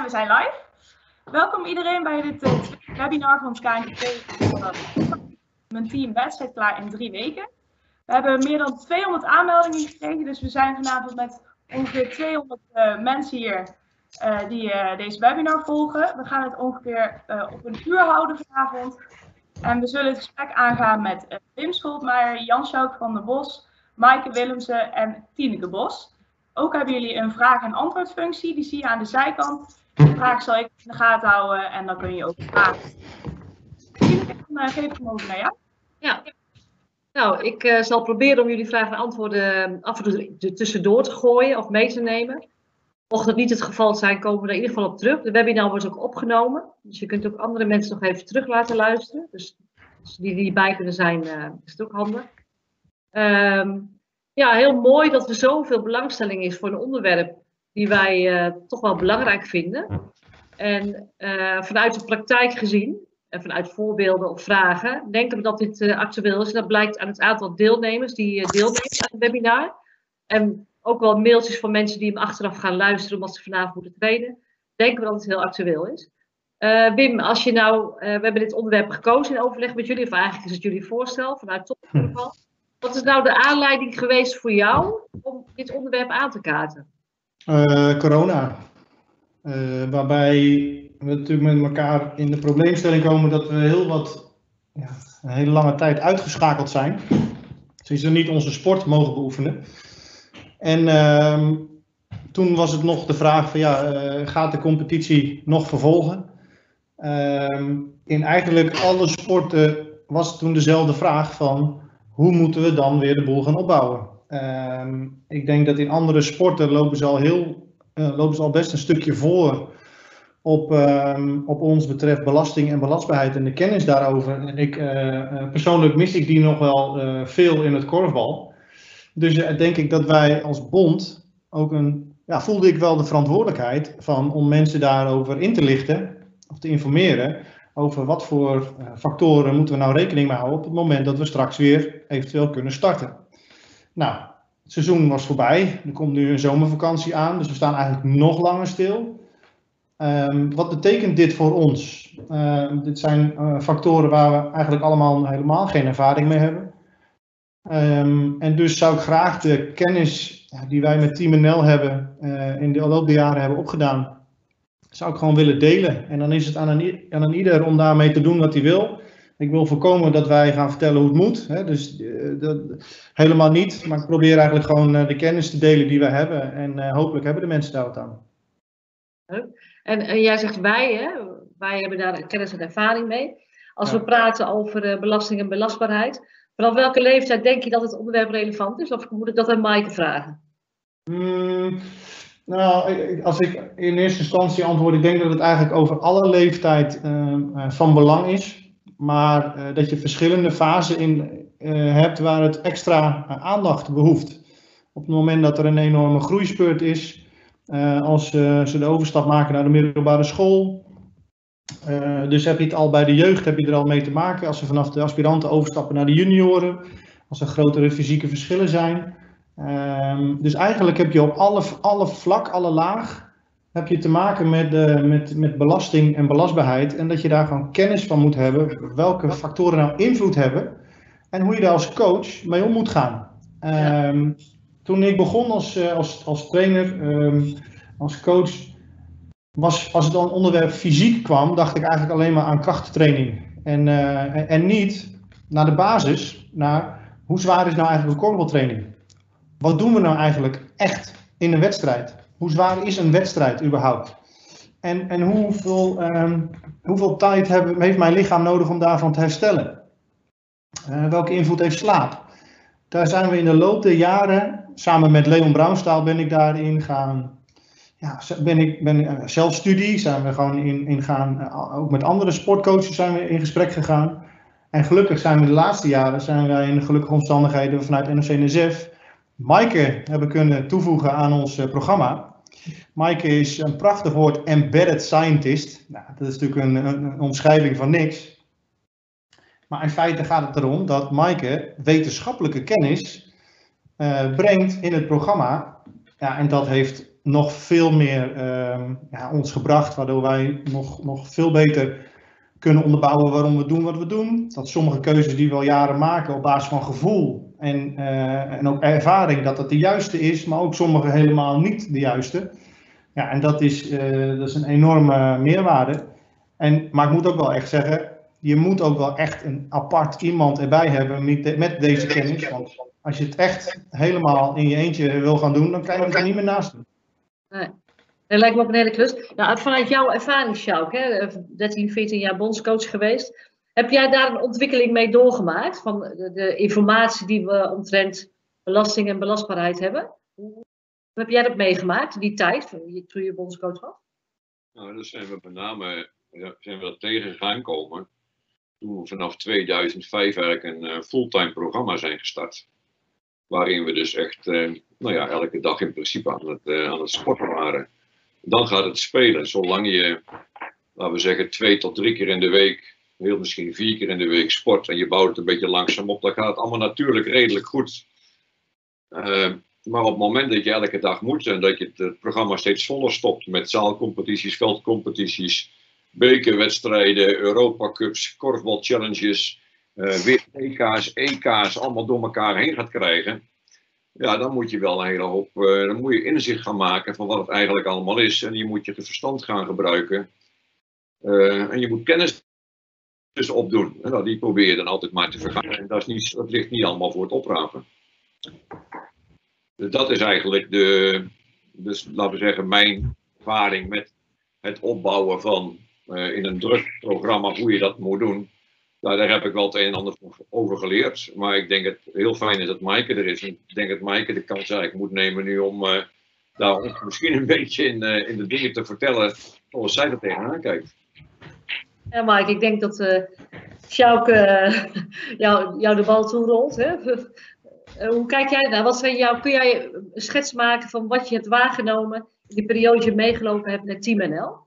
we zijn live. Welkom iedereen bij dit tweede webinar van KNGP. Mijn team wedstrijd klaar in 3 weken. We hebben meer dan 200 aanmeldingen gekregen, dus we zijn vanavond met ongeveer 200 mensen hier die deze webinar volgen. We gaan het ongeveer op een uur houden vanavond. En we zullen het gesprek aangaan met Wim Schultmeijer, Jan Sjouk van der Bos, Maaike Willemsen en Tineke Bos. Ook hebben jullie een vraag- en antwoordfunctie, die zie je aan de zijkant. De vraag zal ik in de gaten houden en dan kun je ook vragen. Tineke, dan geef ik hem over naar jou. Ja, nou, ik zal proberen om jullie vragen en antwoorden af en toe tussendoor te gooien of mee te nemen. Mocht dat niet het geval zijn, komen we er in ieder geval op terug. De webinar wordt ook opgenomen, dus je kunt ook andere mensen nog even terug laten luisteren. Dus als die hierbij kunnen zijn, is het ook handig. Ja, heel mooi dat er zoveel belangstelling is voor een onderwerp die wij toch wel belangrijk vinden. En vanuit de praktijk gezien, en vanuit voorbeelden of vragen, denken we dat dit actueel is. En dat blijkt aan het aantal deelnemers die deelnemen aan het webinar. En ook wel mailtjes van mensen die hem achteraf gaan luisteren omdat ze vanavond moeten trainen. Denken we dat het heel actueel is. Wim, als je nou, we hebben dit onderwerp gekozen in overleg met jullie, of eigenlijk is het jullie voorstel vanuit Top. Wat is nou de aanleiding geweest voor jou om dit onderwerp aan te kaarten? Corona. Waarbij we natuurlijk met elkaar in de probleemstelling komen dat we een hele lange tijd uitgeschakeld zijn. Sinds we niet onze sport mogen beoefenen. En toen was het nog de vraag van gaat de competitie nog vervolgen? In eigenlijk alle sporten was toen dezelfde vraag van hoe moeten we dan weer de boel gaan opbouwen? Ik denk dat in andere sporten lopen ze al best een stukje voor op ons betreft belasting en belastbaarheid en de kennis daarover. En persoonlijk mis ik die nog wel veel in het korfbal. Dus denk ik dat wij als bond ook voelde ik wel de verantwoordelijkheid om mensen daarover in te lichten of te informeren over wat voor factoren moeten we nou rekening mee houden op het moment dat we straks weer eventueel kunnen starten. Nou, het seizoen was voorbij, er komt nu een zomervakantie aan, dus we staan eigenlijk nog langer stil. Wat betekent dit voor ons? Dit zijn factoren waar we eigenlijk allemaal helemaal geen ervaring mee hebben. En dus zou ik graag de kennis die wij met Team NL hebben in de loop der jaren hebben opgedaan, zou ik gewoon willen delen. En dan is het aan ieder om daarmee te doen wat hij wil. Ik wil voorkomen dat wij gaan vertellen hoe het moet. Hè? Dus dat helemaal niet. Maar ik probeer eigenlijk gewoon de kennis te delen die wij hebben. En hopelijk hebben de mensen daar wat aan. En jij zegt wij, hè? Wij hebben daar kennis en ervaring mee. Als we praten over belasting en belastbaarheid. Vanaf welke leeftijd denk je dat het onderwerp relevant is? Of moet ik dat aan Maaike vragen? Nou, als ik in eerste instantie antwoord, ik denk dat het eigenlijk over alle leeftijd van belang is. Maar dat je verschillende fasen hebt waar het extra aandacht behoeft. Op het moment dat er een enorme groeispurt is, als ze de overstap maken naar de middelbare school. Dus heb je het al bij de jeugd, heb je er al mee te maken. Als ze vanaf de aspiranten overstappen naar de junioren. Als er grotere fysieke verschillen zijn. Dus eigenlijk heb je op alle vlak, alle laag, heb je te maken met belasting en belastbaarheid. En dat je daar gewoon kennis van moet hebben. Welke factoren nou invloed hebben. En hoe je daar als coach mee om moet gaan. Toen ik begon als trainer, als coach, als het dan onderwerp fysiek kwam, dacht ik eigenlijk alleen maar aan krachttraining. En niet naar de basis, naar hoe zwaar is nou eigenlijk de korfbaltraining? Wat doen we nou eigenlijk echt in een wedstrijd? Hoe zwaar is een wedstrijd überhaupt? En hoeveel tijd heeft mijn lichaam nodig om daarvan te herstellen? Welke invloed heeft slaap? Daar zijn we in de loop der jaren, samen met Leon Braunstaal ben ik daarin gaan. Ja, zelfstudie zijn we gewoon in gaan. Ook met andere sportcoaches zijn we in gesprek gegaan. En gelukkig zijn we de laatste jaren in gelukkige omstandigheden vanuit NOC-NSF Maaike hebben kunnen toevoegen aan ons programma. Maaike is een prachtig woord, embedded scientist. Nou, dat is natuurlijk een omschrijving van niks. Maar in feite gaat het erom dat Maaike wetenschappelijke kennis brengt in het programma. Ja, en dat heeft nog veel meer ons gebracht, waardoor wij nog veel beter kunnen onderbouwen waarom we doen wat we doen. Dat sommige keuzes die we al jaren maken op basis van gevoel en ook ervaring, dat het de juiste is, maar ook sommige helemaal niet de juiste. Ja, en dat is een enorme meerwaarde. Maar ik moet ook wel echt zeggen, je moet ook wel echt een apart iemand erbij hebben met deze kennis. Want als je het echt helemaal in je eentje wil gaan doen, dan kan je het er niet meer naast doen. Nee. Dat lijkt me ook een hele klus. Nou, vanuit jouw ervaring, Sjouk, 13, 14 jaar bondscoach geweest. Heb jij daar een ontwikkeling mee doorgemaakt? Van de informatie die we omtrent belasting en belastbaarheid hebben? Hoe heb jij dat meegemaakt, die tijd, toen je bondscoach was? Nou, daar zijn we met name tegen gaan komen. Toen we vanaf 2005 eigenlijk een fulltime programma zijn gestart. Waarin we dus echt elke dag in principe aan het sporten waren. Dan gaat het spelen. Zolang je, laten we zeggen, 2 tot 3 keer in de week, heel misschien 4 keer in de week sport en je bouwt het een beetje langzaam op, dan gaat het allemaal natuurlijk redelijk goed. Maar op het moment dat je elke dag moet en dat je het programma steeds voller stopt met zaalcompetities, veldcompetities, bekerwedstrijden, Europa Cups, korfbal challenges, weer EK's, allemaal door elkaar heen gaat krijgen. Ja, dan moet je wel een hele hoop, dan moet je inzicht gaan maken van wat het eigenlijk allemaal is. En je moet je verstand gaan gebruiken. En je moet kennis dus opdoen. En die probeer je dan altijd maar te vergaren. En dat ligt niet allemaal voor het oprapen. Dus dat is eigenlijk dus laten we zeggen, mijn ervaring met het opbouwen van in een druk programma, hoe je dat moet doen. Nou, daar heb ik wel het een en ander over geleerd. Maar ik denk het heel fijn is dat Maaike er is. En ik denk dat Maaike de kans eigenlijk moet nemen nu om daar ons misschien een beetje in de dingen te vertellen zoals zij er tegenaan kijkt. Ja, Maaike, ik denk dat Sjouk jou de bal toerolt. Hè? Hoe kijk jij naar? Kun jij een schets maken van wat je hebt waargenomen in die periode die je meegelopen hebt met Team NL?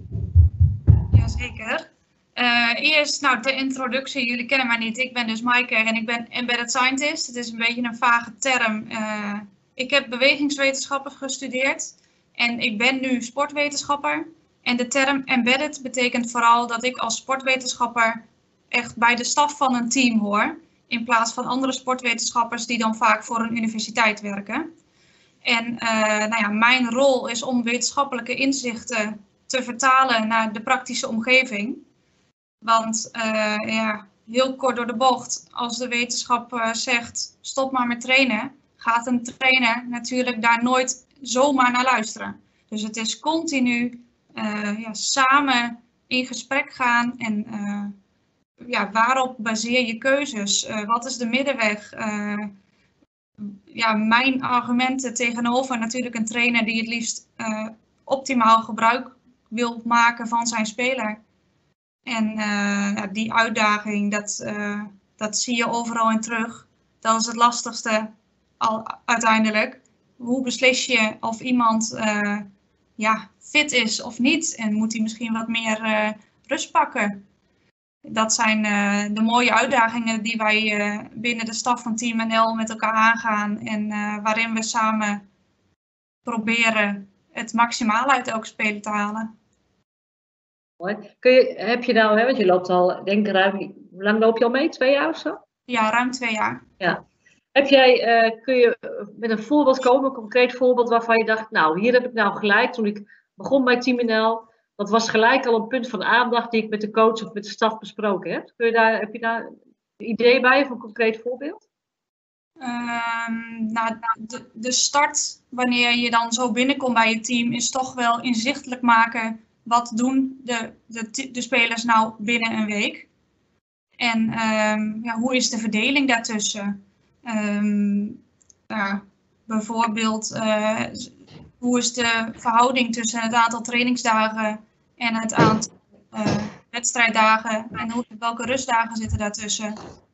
Jazeker. Eerst de introductie. Jullie kennen mij niet. Ik ben dus Maaike en ik ben embedded scientist. Het is een beetje een vage term. Ik heb bewegingswetenschappen gestudeerd en ik ben nu sportwetenschapper. En de term embedded betekent vooral dat ik als sportwetenschapper echt bij de staf van een team hoor. In plaats van andere sportwetenschappers die dan vaak voor een universiteit werken. En mijn rol is om wetenschappelijke inzichten te vertalen naar de praktische omgeving. Want heel kort door de bocht, als de wetenschap zegt stop maar met trainen, gaat een trainer natuurlijk daar nooit zomaar naar luisteren. Dus het is continu samen in gesprek gaan en waarop baseer je keuzes? Wat is de middenweg? Mijn argumenten tegenover natuurlijk een trainer die het liefst optimaal gebruik wil maken van zijn speler. En die uitdaging, dat zie je overal in terug. Dat is het lastigste uiteindelijk. Hoe beslis je of iemand fit is of niet? En moet hij misschien wat meer rust pakken? Dat zijn de mooie uitdagingen die wij binnen de staf van Team NL met elkaar aangaan. En waarin we samen proberen het maximaal uit elke speler te halen. Mooi. Heb je nou, want je loopt al, denk ik hoe lang loop je al mee? 2 jaar of zo? Ja, ruim 2 jaar. Ja. Kun je met een voorbeeld komen, een concreet voorbeeld waarvan je dacht, nou, hier heb ik nou gelijk, toen ik begon bij Team NL, dat was gelijk al een punt van aandacht die ik met de coach of met de staf besproken heb. Heb je daar een idee bij of een concreet voorbeeld? De start, wanneer je dan zo binnenkomt bij je team, is toch wel inzichtelijk maken. Wat doen de spelers nou binnen een week? En hoe is de verdeling daartussen? Bijvoorbeeld, hoe is de verhouding tussen het aantal trainingsdagen en het aantal wedstrijddagen? En welke rustdagen zitten daartussen?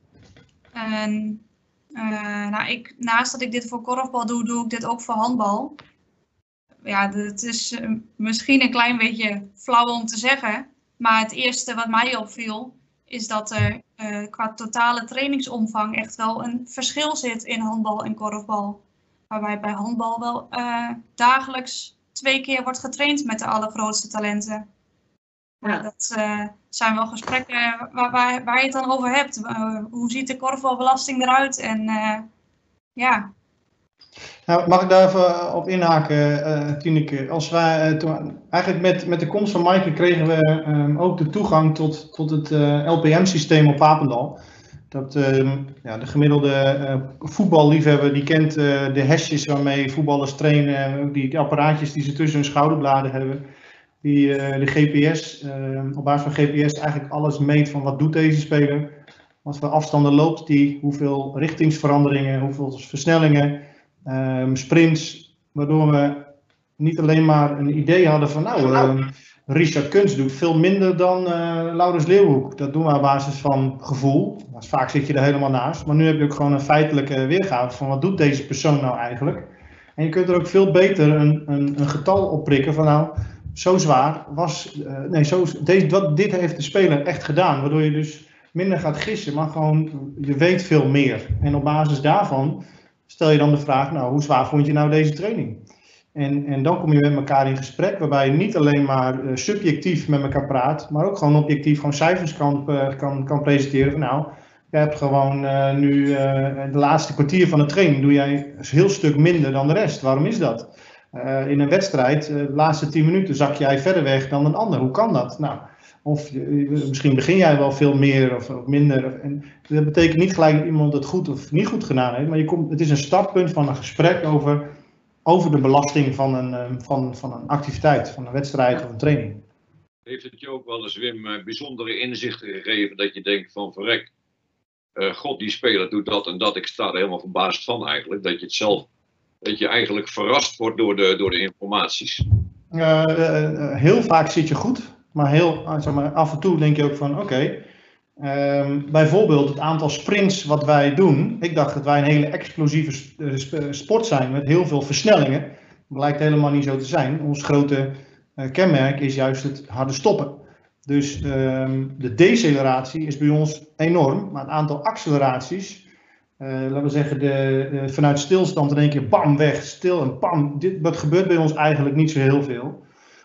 Naast dat ik dit voor korfbal doe, doe ik dit ook voor handbal. Ja, het is misschien een klein beetje flauw om te zeggen. Maar het eerste wat mij opviel, is dat er qua totale trainingsomvang echt wel een verschil zit in handbal en korfbal. Waarbij bij handbal wel dagelijks 2 keer wordt getraind met de allergrootste talenten. Ja. Dat zijn wel gesprekken waar je het dan over hebt. Hoe ziet de korfbalbelasting eruit? En ja. Nou, mag ik daar even op inhaken, Tineke? Als wij, eigenlijk met de komst van Maaike kregen we ook de toegang tot het LPM-systeem op Papendal. Dat de gemiddelde voetballiefhebber die kent de hesjes waarmee voetballers trainen, die apparaatjes die ze tussen hun schouderbladen hebben. De GPS, op basis van GPS eigenlijk alles meet van wat doet deze speler, wat voor afstanden loopt die, hoeveel richtingsveranderingen, hoeveel versnellingen, sprints, waardoor we niet alleen maar een idee hadden van Richard Kunst doet veel minder dan Laurens Leeuwhoek. Dat doen we op basis van gevoel. Dus vaak zit je er helemaal naast. Maar nu heb je ook gewoon een feitelijke weergave van wat doet deze persoon nou eigenlijk. En je kunt er ook veel beter een getal op prikken van zo zwaar was, dit heeft de speler echt gedaan. Waardoor je dus minder gaat gissen, maar gewoon je weet veel meer. En op basis daarvan stel je dan de vraag, hoe zwaar vond je nou deze training? En dan kom je met elkaar in gesprek, waarbij je niet alleen maar subjectief met elkaar praat, maar ook gewoon objectief gewoon cijfers kan presenteren van je hebt gewoon nu de laatste kwartier van de training doe jij een heel stuk minder dan de rest. Waarom is dat? In een wedstrijd, de laatste 10 minuten zak jij verder weg dan een ander. Hoe kan dat? Of misschien begin jij wel veel meer of minder. En dat betekent niet gelijk dat iemand het goed of niet goed gedaan heeft, maar het is een startpunt van een gesprek over de belasting van een activiteit, van een wedstrijd of een training. Heeft het je ook wel eens, Wim, bijzondere inzichten gegeven dat je denkt van verrek, god die speler doet dat en dat, ik sta er helemaal verbaasd van eigenlijk, dat je eigenlijk verrast wordt door de informaties? Heel vaak zit je goed, maar af en toe denk je ook van bijvoorbeeld het aantal sprints wat wij doen. Ik dacht dat wij een hele explosieve sport zijn met heel veel versnellingen. Dat blijkt helemaal niet zo te zijn. Ons grote kenmerk is juist het harde stoppen. Dus de deceleratie is bij ons enorm, maar het aantal acceleraties, laten we zeggen vanuit stilstand in één keer bam weg, stil en bam. Dat gebeurt bij ons eigenlijk niet zo heel veel.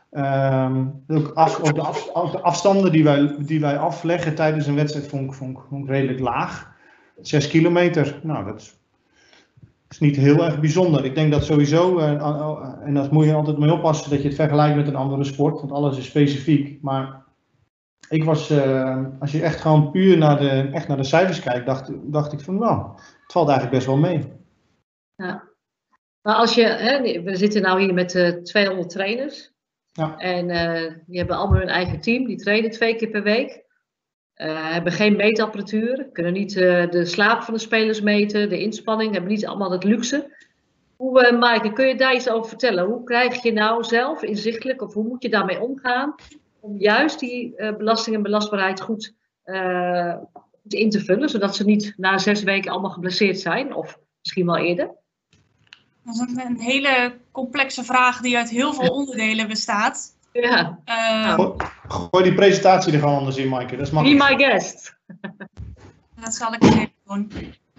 Ook de afstanden die wij afleggen tijdens een wedstrijd vond ik redelijk laag. 6 kilometer, dat is niet heel erg bijzonder. Ik denk dat sowieso, en dat moet je altijd mee oppassen, dat je het vergelijkt met een andere sport, want alles is specifiek. Maar ik was, als je echt gewoon puur naar de cijfers kijkt, dacht ik van het valt eigenlijk best wel mee. Ja. Maar als we zitten nou hier met 200 trainers. Ja. En die hebben allemaal hun eigen team, die trainen 2 keer per week. Hebben geen meetapparatuur, kunnen niet de slaap van de spelers meten, de inspanning, hebben niet allemaal het luxe. Maaike, kun je daar iets over vertellen? Hoe krijg je nou zelf inzichtelijk, of hoe moet je daarmee omgaan, om juist die belasting en belastbaarheid goed in te vullen, zodat ze niet na 6 weken allemaal geblesseerd zijn, of misschien wel eerder? Dat is een hele complexe vraag die uit heel veel onderdelen bestaat. Ja. Gooi die presentatie er gewoon anders in, Maaike. Dat is makkelijk. Be my guest. Dat zal ik even doen.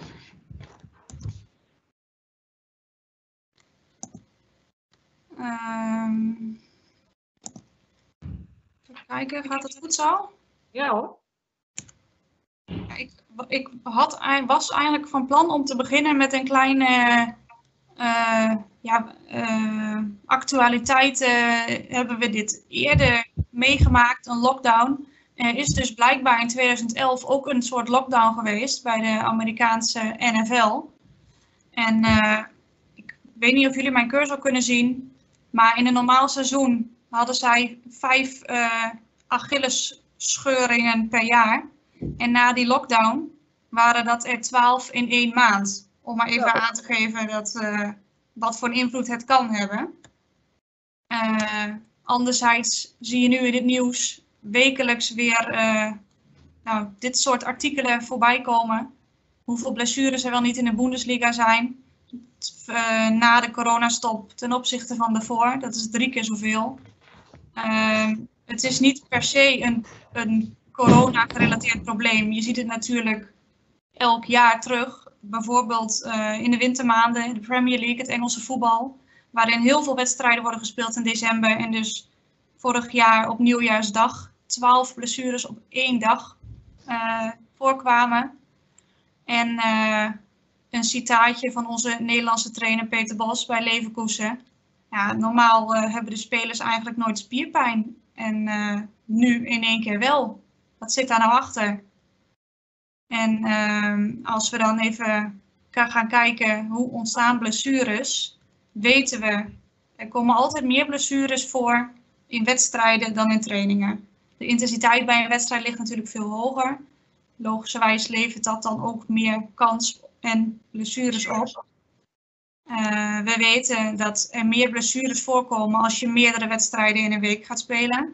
Even kijken, gaat het goed zo? Ja hoor. Ik was eigenlijk van plan om te beginnen met een kleine actualiteit. Hebben we dit eerder meegemaakt, een lockdown. Er is dus blijkbaar in 2011 ook een soort lockdown geweest bij de Amerikaanse NFL. En ik weet niet of jullie mijn cursor kunnen zien, maar in een normaal seizoen hadden zij 5 Achillesscheuringen per jaar. En na die lockdown waren dat er 12 in 1 maand. Om maar even aan te geven wat voor een invloed het kan hebben. Anderzijds zie je nu in het nieuws wekelijks weer dit soort artikelen voorbij komen. Hoeveel blessures er wel niet in de Bundesliga zijn. Na de coronastop ten opzichte van daarvoor. Dat is 3 keer zoveel. Het is niet per se een corona-gerelateerd probleem. Je ziet het natuurlijk elk jaar terug. Bijvoorbeeld in de wintermaanden, de Premier League, het Engelse voetbal. waarin heel veel wedstrijden worden gespeeld in december. En dus vorig jaar op nieuwjaarsdag 12 blessures op 1 dag voorkwamen. En een citaatje van onze Nederlandse trainer Peter Bos bij Leverkusen. Ja, normaal hebben de spelers eigenlijk nooit spierpijn. En nu in één keer wel. Wat zit daar nou achter? En als we dan even gaan kijken hoe ontstaan blessures, weten we, er komen altijd meer blessures voor in wedstrijden dan in trainingen. De intensiteit bij een wedstrijd ligt natuurlijk veel hoger. Logischerwijs levert dat dan ook meer kans en blessures op. We weten dat er meer blessures voorkomen als je meerdere wedstrijden in een week gaat spelen.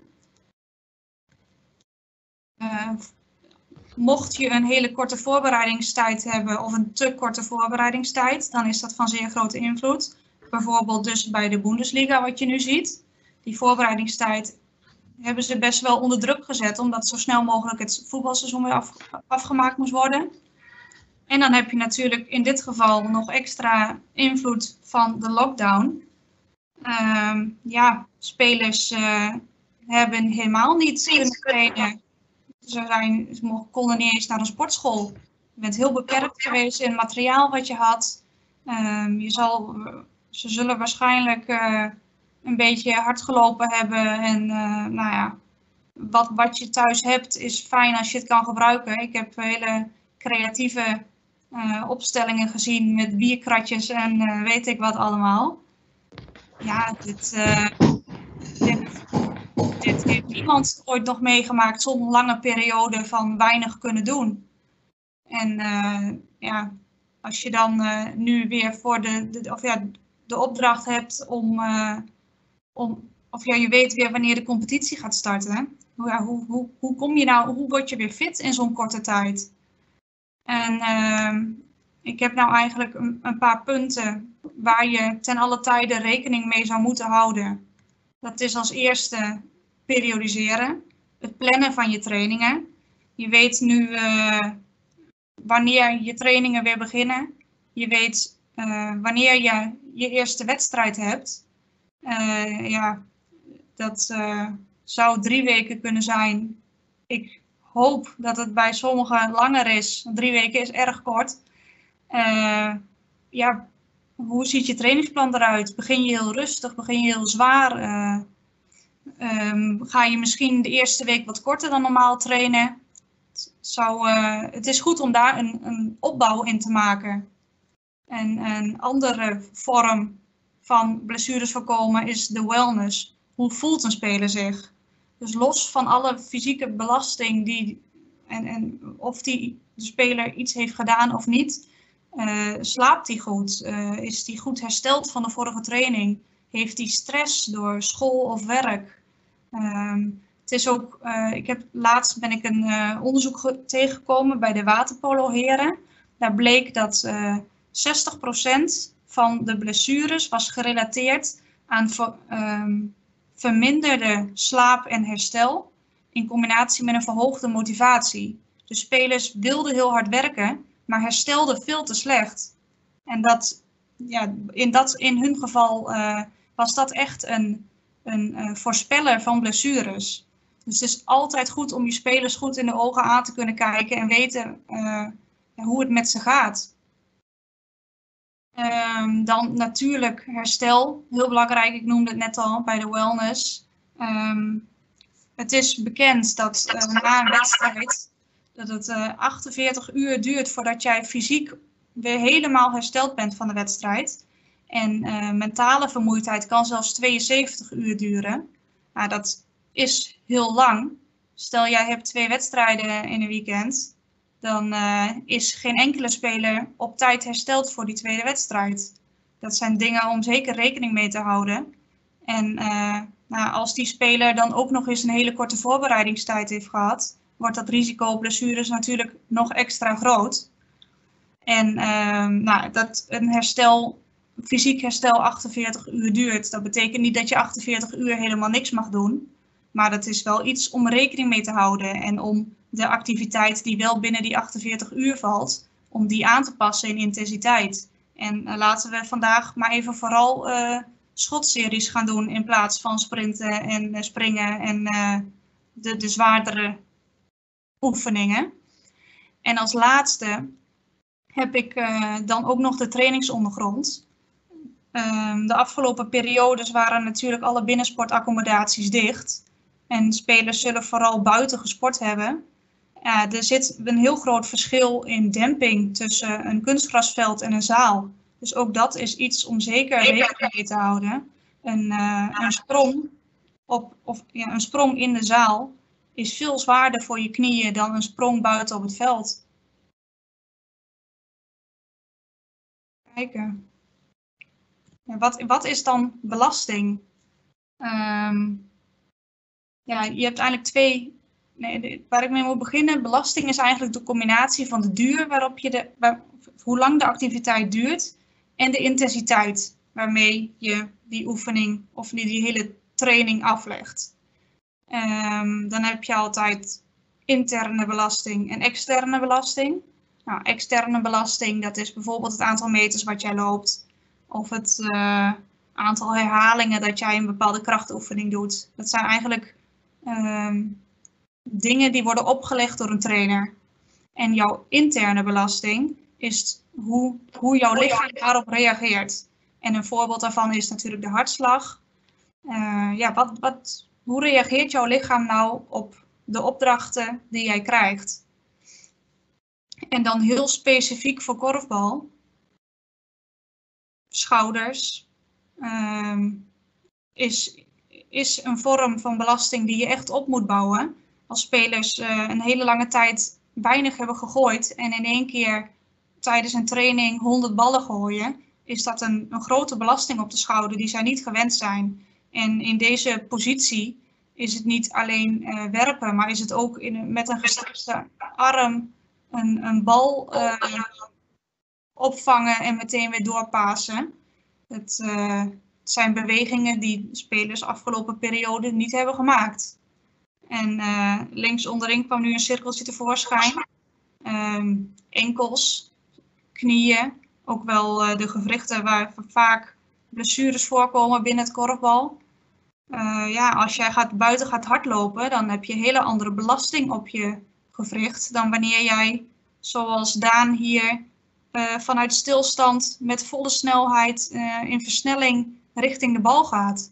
Mocht je een hele korte voorbereidingstijd hebben of een te korte voorbereidingstijd, dan is dat van zeer grote invloed. Bijvoorbeeld dus bij de Bundesliga wat je nu ziet. Die voorbereidingstijd hebben ze best wel onder druk gezet, omdat zo snel mogelijk het voetbalseizoen weer afgemaakt moest worden. En dan heb je natuurlijk in dit geval nog extra invloed van de lockdown. Spelers hebben helemaal niet kunnen trainen. Ze konden niet eens naar een sportschool. Je bent heel beperkt geweest in het materiaal wat je had. Ze zullen waarschijnlijk een beetje hard gelopen hebben. En wat je thuis hebt is fijn als je het kan gebruiken. Ik heb hele creatieve opstellingen gezien met bierkratjes en weet ik wat allemaal. Ja, dit heeft niemand ooit nog meegemaakt, zo'n lange periode van weinig kunnen doen. En als je dan nu weer voor de opdracht hebt je weet weer wanneer de competitie gaat starten. Hoe word je weer fit in zo'n korte tijd? En ik heb nou eigenlijk een paar punten waar je ten alle tijde rekening mee zou moeten houden. Dat is als eerste periodiseren, het plannen van je trainingen. Je weet nu wanneer je trainingen weer beginnen. Je weet wanneer je je eerste wedstrijd hebt. Dat zou 3 weken kunnen zijn. Ik hoop dat het bij sommigen langer is. 3 weken is erg kort. Hoe ziet je trainingsplan eruit? Begin je heel rustig? Begin je heel zwaar? Ga je misschien de eerste week wat korter dan normaal trainen? Het is goed om daar een opbouw in te maken. En een andere vorm van blessures voorkomen is de wellness. Hoe voelt een speler zich? Dus los van alle fysieke belasting of de speler iets heeft gedaan of niet, slaapt hij goed? Is hij goed hersteld van de vorige training? Heeft hij stress door school of werk? Het is ook, laatst ben ik een onderzoek tegengekomen bij de waterpoloheren. Daar bleek dat 60% van de blessures was gerelateerd aan verminderde slaap en herstel in combinatie met een verhoogde motivatie. De spelers wilden heel hard werken, maar herstelden veel te slecht. En in hun geval was dat echt een voorspeller van blessures. Dus het is altijd goed om je spelers goed in de ogen aan te kunnen kijken en weten hoe het met ze gaat. Dan natuurlijk herstel, heel belangrijk, ik noemde het net al bij de wellness. Het is bekend dat na een wedstrijd dat het 48 uur duurt voordat jij fysiek weer helemaal hersteld bent van de wedstrijd. En mentale vermoeidheid kan zelfs 72 uur duren. Nou, dat is heel lang. Stel jij hebt 2 wedstrijden in een weekend, dan is geen enkele speler op tijd hersteld voor die tweede wedstrijd. Dat zijn dingen om zeker rekening mee te houden. En als die speler dan ook nog eens een hele korte voorbereidingstijd heeft gehad, wordt dat risico op blessures natuurlijk nog extra groot. En dat een fysiek herstel 48 uur duurt, dat betekent niet dat je 48 uur helemaal niks mag doen. Maar dat is wel iets om rekening mee te houden en om de activiteit die wel binnen die 48 uur valt, om die aan te passen in intensiteit. En laten we vandaag maar even vooral schotseries gaan doen in plaats van sprinten en springen en de zwaardere oefeningen. En als laatste heb ik dan ook nog de trainingsondergrond. De afgelopen periodes waren natuurlijk alle binnensportaccommodaties dicht. En spelers zullen vooral buiten gesport hebben. Er zit een heel groot verschil in demping tussen een kunstgrasveld en een zaal. Dus ook dat is iets om zeker rekening mee te houden. Een sprong in de zaal is veel zwaarder voor je knieën dan een sprong buiten op het veld. Kijken. Wat is dan belasting? Je hebt eigenlijk twee. Waar ik mee moet beginnen, belasting is eigenlijk de combinatie van de duur waarop hoe lang de activiteit duurt en de intensiteit waarmee je die oefening of die hele training aflegt. Dan heb je altijd interne belasting en externe belasting. Nou, externe belasting, dat is bijvoorbeeld het aantal meters wat jij loopt of het aantal herhalingen dat jij een bepaalde krachtoefening doet. Dat zijn eigenlijk dingen die worden opgelegd door een trainer. En jouw interne belasting is hoe jouw lichaam daarop reageert. En een voorbeeld daarvan is natuurlijk de hartslag. Hoe reageert jouw lichaam nou op de opdrachten die jij krijgt? En dan heel specifiek voor korfbal. Schouders is een vorm van belasting die je echt op moet bouwen. Als spelers een hele lange tijd weinig hebben gegooid en in één keer tijdens een training 100 ballen gooien, is dat een grote belasting op de schouder die zij niet gewend zijn. En in deze positie is het niet alleen werpen, maar is het ook met een gestrekte arm een bal opvangen en meteen weer doorpassen. Het zijn bewegingen die spelers afgelopen periode niet hebben gemaakt. En links onderin kwam nu een cirkeltje tevoorschijn. Enkels, knieën, ook wel de gewrichten waar vaak blessures voorkomen binnen het korfbal. Als jij buiten gaat hardlopen, dan heb je een hele andere belasting op je gewricht dan wanneer jij, zoals Daan hier, vanuit stilstand met volle snelheid in versnelling richting de bal gaat.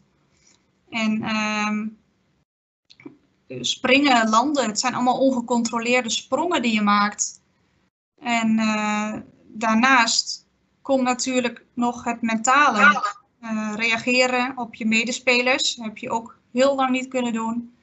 En springen, landen, het zijn allemaal ongecontroleerde sprongen die je maakt. En daarnaast komt natuurlijk nog het mentale. Reageren op je medespelers heb je ook heel lang niet kunnen doen.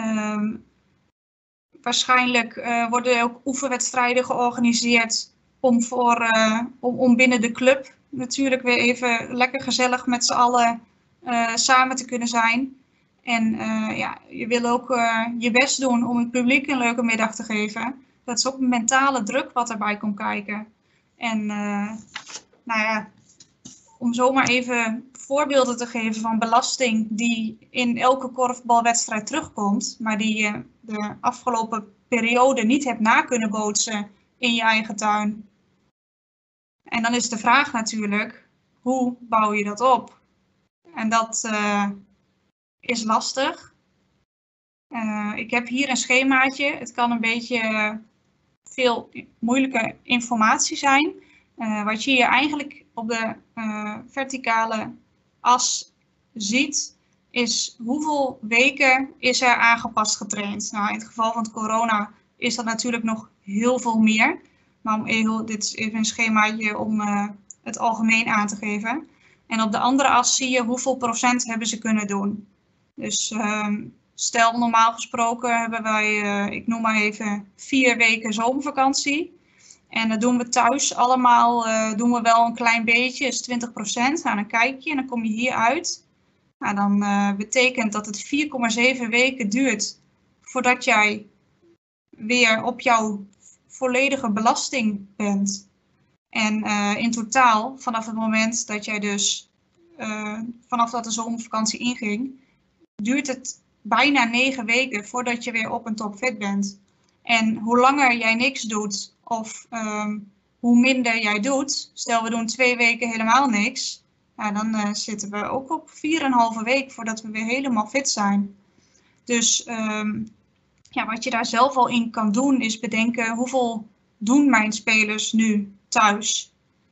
Waarschijnlijk worden er ook oefenwedstrijden georganiseerd om binnen de club natuurlijk weer even lekker gezellig met z'n allen samen te kunnen zijn. En je wil ook je best doen om het publiek een leuke middag te geven. Dat is ook een mentale druk wat erbij komt kijken. En om zomaar even voorbeelden te geven van belasting die in elke korfbalwedstrijd terugkomt, maar die je de afgelopen periode niet hebt na kunnen bootsen in je eigen tuin. En dan is de vraag natuurlijk, hoe bouw je dat op? En dat is lastig. Ik heb hier een schemaatje. Het kan een beetje veel moeilijke informatie zijn. Wat je hier eigenlijk op de verticale as ziet, is hoeveel weken is er aangepast getraind. Nou, in het geval van het corona is dat natuurlijk nog heel veel meer. Maar dit is even een schemaatje om het algemeen aan te geven. En op de andere as zie je hoeveel procent hebben ze kunnen doen. Dus stel normaal gesproken hebben wij, ik noem maar even, 4 weken zomervakantie. En dat doen we thuis allemaal, doen we wel een klein beetje, is 20%. Nou, dan kijk je en dan kom je hier uit. Nou, dan betekent dat het 4,7 weken duurt voordat jij weer op jouw volledige belasting bent. En in totaal, vanaf het moment dat jij dus, vanaf dat de zomervakantie inging, duurt het bijna 9 weken voordat je weer op een topfit bent. En hoe langer jij niks doet, of hoe minder jij doet, stel we doen 2 weken helemaal niks, ja, dan zitten we ook op 4,5 week voordat we weer helemaal fit zijn. Dus ja, wat je daar zelf al in kan doen is bedenken hoeveel doen mijn spelers nu thuis.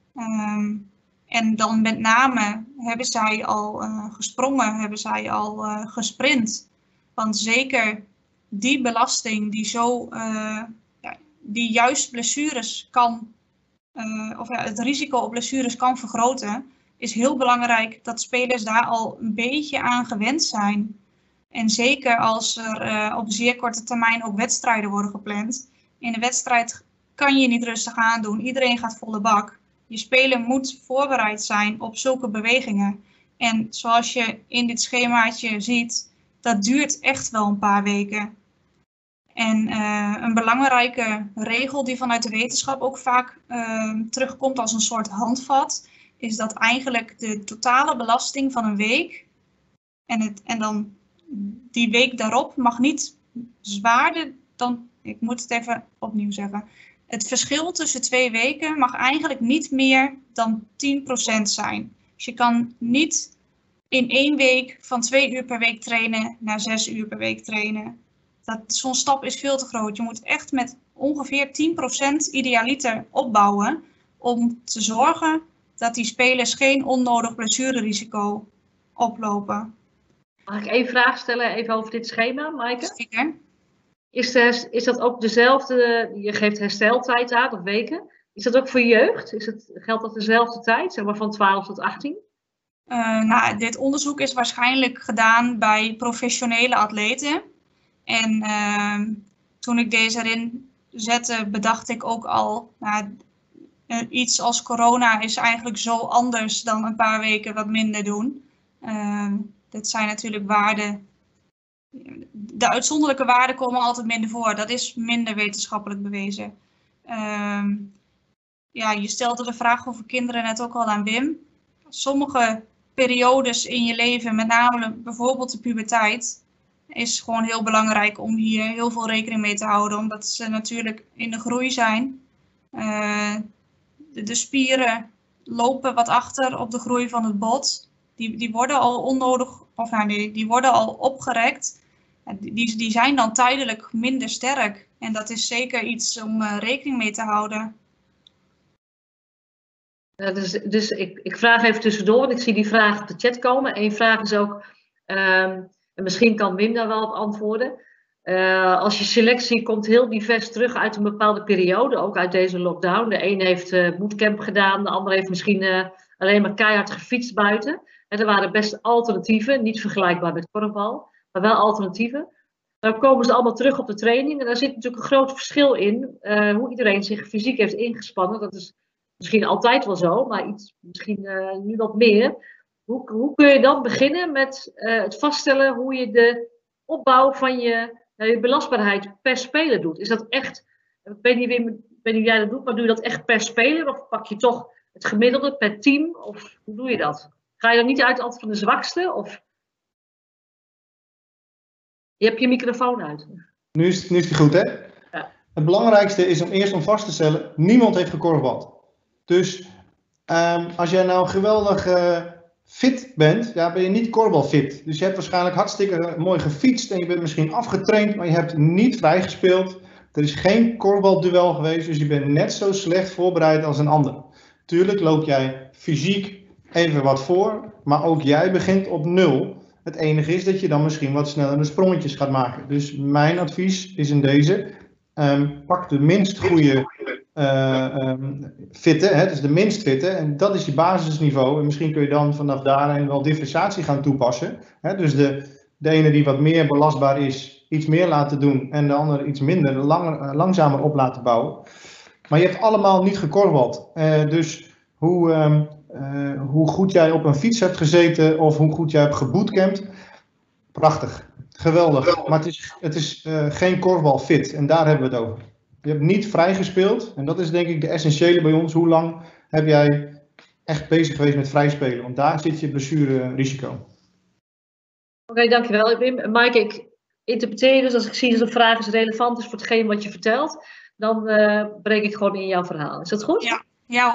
En dan met name hebben zij al gesprongen, hebben zij al gesprint. Want zeker die belasting die zo, die juist blessures kan, het risico op blessures kan vergroten, is heel belangrijk dat spelers daar al een beetje aan gewend zijn. En zeker als er op zeer korte termijn ook wedstrijden worden gepland. In de wedstrijd kan je niet rustig aandoen, iedereen gaat volle bak. Je speler moet voorbereid zijn op zulke bewegingen. En zoals je in dit schemaatje ziet, dat duurt echt wel een paar weken. En een belangrijke regel die vanuit de wetenschap ook vaak terugkomt als een soort handvat, is dat eigenlijk de totale belasting van een week en dan die week daarop mag niet zwaarder dan, ik moet het even opnieuw zeggen, het verschil tussen 2 weken mag eigenlijk niet meer dan 10% zijn. Dus je kan niet in 1 week van 2 uur per week trainen naar 6 uur per week trainen. Zo'n stap is veel te groot. Je moet echt met ongeveer 10% idealiter opbouwen om te zorgen dat die spelers geen onnodig blessurerisico oplopen. Mag ik één vraag stellen even over dit schema, Maaike? Zeker. Is dat ook dezelfde, je geeft hersteltijd aan of weken, is dat ook voor jeugd? Geldt dat dezelfde tijd, zeg maar van 12 tot 18? Nou, dit onderzoek is waarschijnlijk gedaan bij professionele atleten. En toen ik deze erin zette, bedacht ik ook al, iets als corona is eigenlijk zo anders dan een paar weken wat minder doen. Dit zijn natuurlijk waarden. De uitzonderlijke waarden komen altijd minder voor. Dat is minder wetenschappelijk bewezen. Ja, je stelde de vraag over kinderen net ook al aan Wim. Sommige periodes in je leven, met name bijvoorbeeld de puberteit, is gewoon heel belangrijk om hier heel veel rekening mee te houden. Omdat ze natuurlijk in de groei zijn. De spieren lopen wat achter op de groei van het bot. Die worden al onnodig, die worden al opgerekt. Die zijn dan tijdelijk minder sterk. En dat is zeker iets om rekening mee te houden. Dus ik vraag even tussendoor, want ik zie die vraag op de chat komen. Eén vraag is ook, en misschien kan Wim daar wel op antwoorden. Als je selectie komt heel divers terug uit een bepaalde periode, ook uit deze lockdown. De een heeft bootcamp gedaan, de ander heeft misschien alleen maar keihard gefietst buiten. En er waren best alternatieven, niet vergelijkbaar met korfbal, maar wel alternatieven. Dan komen ze allemaal terug op de training en daar zit natuurlijk een groot verschil in hoe iedereen zich fysiek heeft ingespannen. Dat is misschien altijd wel zo, maar misschien nu wat meer. Hoe kun je dan beginnen met het vaststellen hoe je de opbouw van je belastbaarheid per speler doet? Is dat echt, ik weet niet hoe jij dat doet, maar doe je dat echt per speler? Of pak je toch het gemiddelde per team? Of hoe doe je dat? Ga je dan niet uit altijd van de zwakste? Of je hebt je microfoon uit. Nu is het goed, hè? Ja. Het belangrijkste is om vast te stellen, niemand heeft gekorfbald. Dus als jij nou geweldig fit bent, ja, ben je niet korfbalfit. Dus je hebt waarschijnlijk hartstikke mooi gefietst en je bent misschien afgetraind, maar je hebt niet vrijgespeeld. Er is geen korfbalduel geweest, dus je bent net zo slecht voorbereid als een ander. Tuurlijk loop jij fysiek even wat voor, maar ook jij begint op 0. Het enige is dat je dan misschien wat snellere sprongetjes gaat maken. Dus mijn advies is in deze, pak de minst goede fitte, dus de minst fitte, en dat is je basisniveau. En misschien kun je dan vanaf daarin wel differentiatie gaan toepassen. Dus de ene die wat meer belastbaar is, iets meer laten doen en de andere iets minder, langzamer op laten bouwen. Maar je hebt allemaal niet gekorfbald. Dus hoe goed jij op een fiets hebt gezeten of hoe goed jij hebt gebootcampt, prachtig, geweldig. Maar het is geen korfbalfit en daar hebben we het over. Je hebt niet vrijgespeeld en dat is denk ik de essentiële bij ons. Hoe lang heb jij echt bezig geweest met vrijspelen? Want daar zit je blessurerisico. Oké, dankjewel Wim. Maaike, ik interpreteer dus als ik zie dat de vraag is relevant is voor hetgeen wat je vertelt, dan breek ik gewoon in jouw verhaal. Is dat goed? Ja hoor.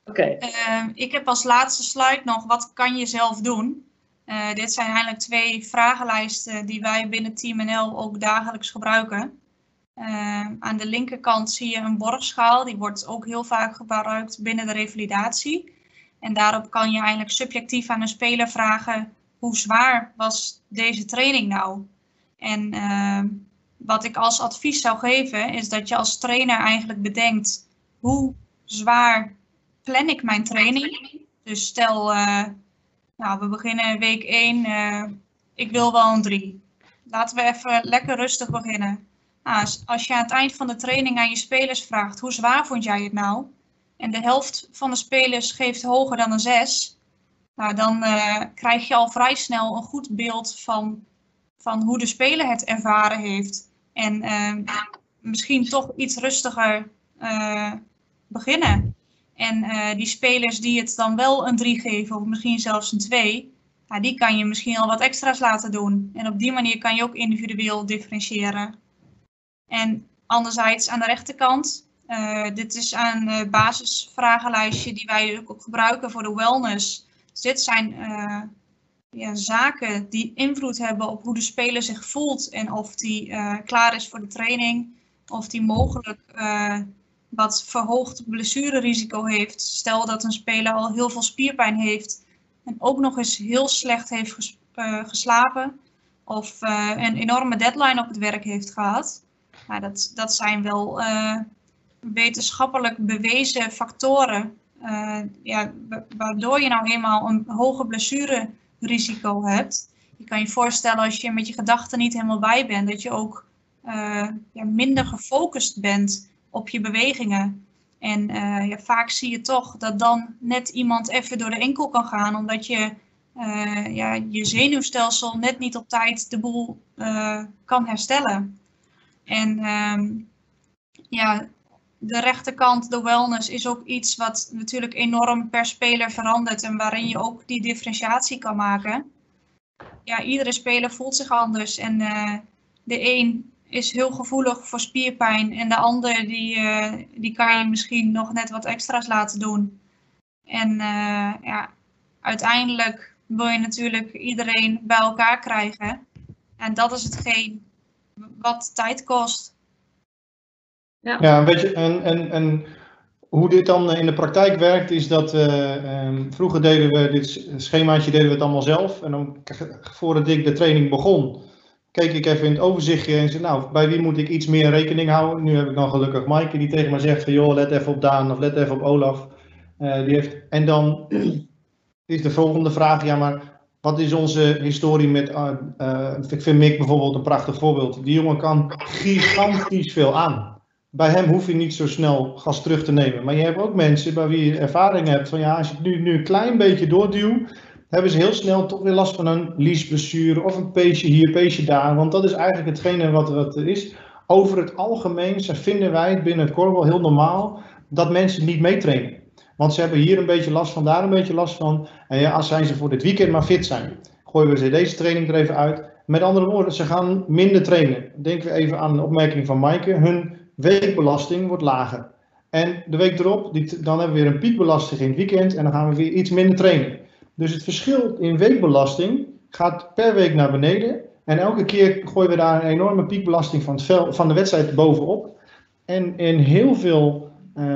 Oké. Ik heb als laatste slide nog, wat kan je zelf doen? Dit zijn eigenlijk 2 vragenlijsten die wij binnen Team NL ook dagelijks gebruiken. Aan de linkerkant zie je een borgschaal. Die wordt ook heel vaak gebruikt binnen de revalidatie. En daarop kan je eigenlijk subjectief aan een speler vragen, hoe zwaar was deze training nou? En wat ik als advies zou geven, is dat je als trainer eigenlijk bedenkt, hoe zwaar plan ik mijn training? Dus stel, we beginnen week 1, ik wil wel een 3. Laten we even lekker rustig beginnen. Nou, als je aan het eind van de training aan je spelers vraagt, hoe zwaar vond jij het nou? En de helft van de spelers geeft hoger dan een 6. Nou, dan krijg je al vrij snel een goed beeld van hoe de speler het ervaren heeft. En misschien toch iets rustiger beginnen. En die spelers die het dan wel een 3 geven, of misschien zelfs een 2, die kan je misschien al wat extra's laten doen. En op die manier kan je ook individueel differentiëren. En anderzijds aan de rechterkant, dit is een basisvragenlijstje die wij ook gebruiken voor de wellness. Dus dit zijn zaken die invloed hebben op hoe de speler zich voelt en of die klaar is voor de training, of die mogelijk wat verhoogd blessurerisico heeft. Stel dat een speler al heel veel spierpijn heeft en ook nog eens heel slecht heeft geslapen of een enorme deadline op het werk heeft gehad. Nou, dat zijn wel wetenschappelijk bewezen factoren, waardoor je nou eenmaal een hoger blessurerisico hebt. Je kan je voorstellen als je met je gedachten niet helemaal bij bent, dat je ook minder gefocust bent op je bewegingen. En vaak zie je toch dat dan net iemand even door de enkel kan gaan, omdat je je zenuwstelsel net niet op tijd de boel kan herstellen. En de rechterkant, de wellness, is ook iets wat natuurlijk enorm per speler verandert en waarin je ook die differentiatie kan maken. Ja, iedere speler voelt zich anders en de een is heel gevoelig voor spierpijn en de ander die kan je misschien nog net wat extra's laten doen. En uiteindelijk wil je natuurlijk iedereen bij elkaar krijgen en dat is hetgeen wat tijd kost. Ja, weet je, en hoe dit dan in de praktijk werkt is dat vroeger deden we dit schemaatje het allemaal zelf. En dan voordat ik de training begon, keek ik even in het overzichtje en zei, nou, bij wie moet ik iets meer rekening houden? Nu heb ik dan gelukkig Maaike die tegen mij zegt van, joh, let even op Daan of let even op Olaf. En dan is de volgende vraag, ja, maar wat is onze historie met, ik vind Mick bijvoorbeeld een prachtig voorbeeld. Die jongen kan gigantisch veel aan. Bij hem hoef je niet zo snel gas terug te nemen. Maar je hebt ook mensen bij wie je ervaring hebt van ja, als je het nu een klein beetje doorduwt, hebben ze heel snel toch weer last van een liesblessure of een peesje hier, peesje daar. Want dat is eigenlijk hetgene wat er is. Over het algemeen vinden wij het binnen het korfbal heel normaal dat mensen niet meetrainen. Want ze hebben hier een beetje last van, daar een beetje last van. En ja, als zijn ze voor dit weekend maar fit zijn, gooien we ze deze training er even uit. Met andere woorden, ze gaan minder trainen. Denken we even aan de opmerking van Maaike. Hun weekbelasting wordt lager. En de week erop, dan hebben we weer een piekbelasting in het weekend en dan gaan we weer iets minder trainen. Dus het verschil in weekbelasting gaat per week naar beneden. En elke keer gooien we daar een enorme piekbelasting van de wedstrijd bovenop. En in heel veel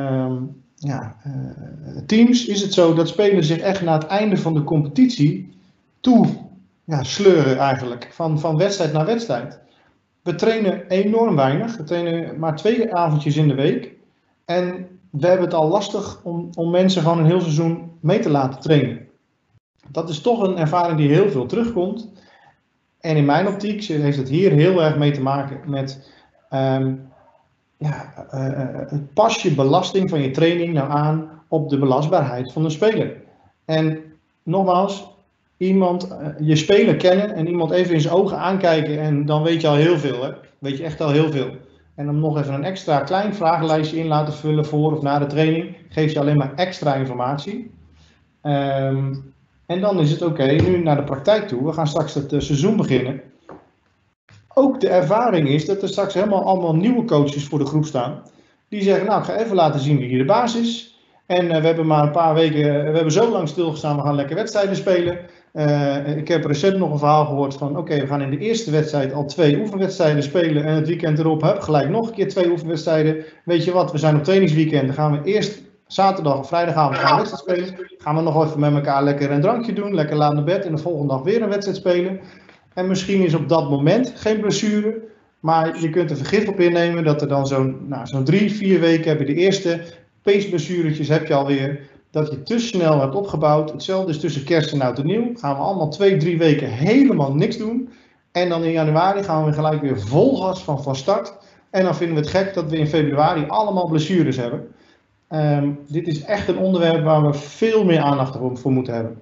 teams is het zo dat spelers zich echt naar het einde van de competitie toe sleuren eigenlijk. Van wedstrijd naar wedstrijd. We trainen enorm weinig. We trainen maar 2 avondjes in de week. En we hebben het al lastig om mensen gewoon een heel seizoen mee te laten trainen. Dat is toch een ervaring die heel veel terugkomt. En in mijn optiek heeft het hier heel erg mee te maken met pas je belasting van je training nou aan op de belastbaarheid van de speler. En nogmaals, je speler kennen en iemand even in zijn ogen aankijken en dan weet je al heel veel. Hè? Weet je echt al heel veel. En om nog even een extra klein vragenlijstje in laten vullen voor of na de training, geeft je alleen maar extra informatie. En dan is het oké, nu naar de praktijk toe. We gaan straks het seizoen beginnen. Ook de ervaring is dat er straks allemaal nieuwe coaches voor de groep staan. Die zeggen, nou, ik ga even laten zien wie hier de baas is. En we hebben maar een paar weken, we hebben zo lang stilgestaan, we gaan lekker wedstrijden spelen. Ik heb recent nog een verhaal gehoord van, oké, we gaan in de eerste wedstrijd al 2 oefenwedstrijden spelen. En het weekend erop, gelijk nog een keer 2 oefenwedstrijden. Weet je wat, we zijn op trainingsweekend, dan gaan we eerst zaterdag of vrijdagavond gaan we wedstrijd spelen. Gaan we nog even met elkaar lekker een drankje doen, lekker laat naar bed en de volgende dag weer een wedstrijd spelen. En misschien is op dat moment geen blessure, maar je kunt er vergif op innemen dat er dan zo'n 3-4 weken heb je de eerste peesblessuretjes heb je alweer. Dat je te snel hebt opgebouwd. Hetzelfde is tussen kerst en oud en nieuw. Gaan we allemaal 2-3 weken helemaal niks doen. En dan in januari gaan we gelijk weer vol gas van start. En dan vinden we het gek dat we in februari allemaal blessures hebben. Dit is echt een onderwerp waar we veel meer aandacht voor moeten hebben.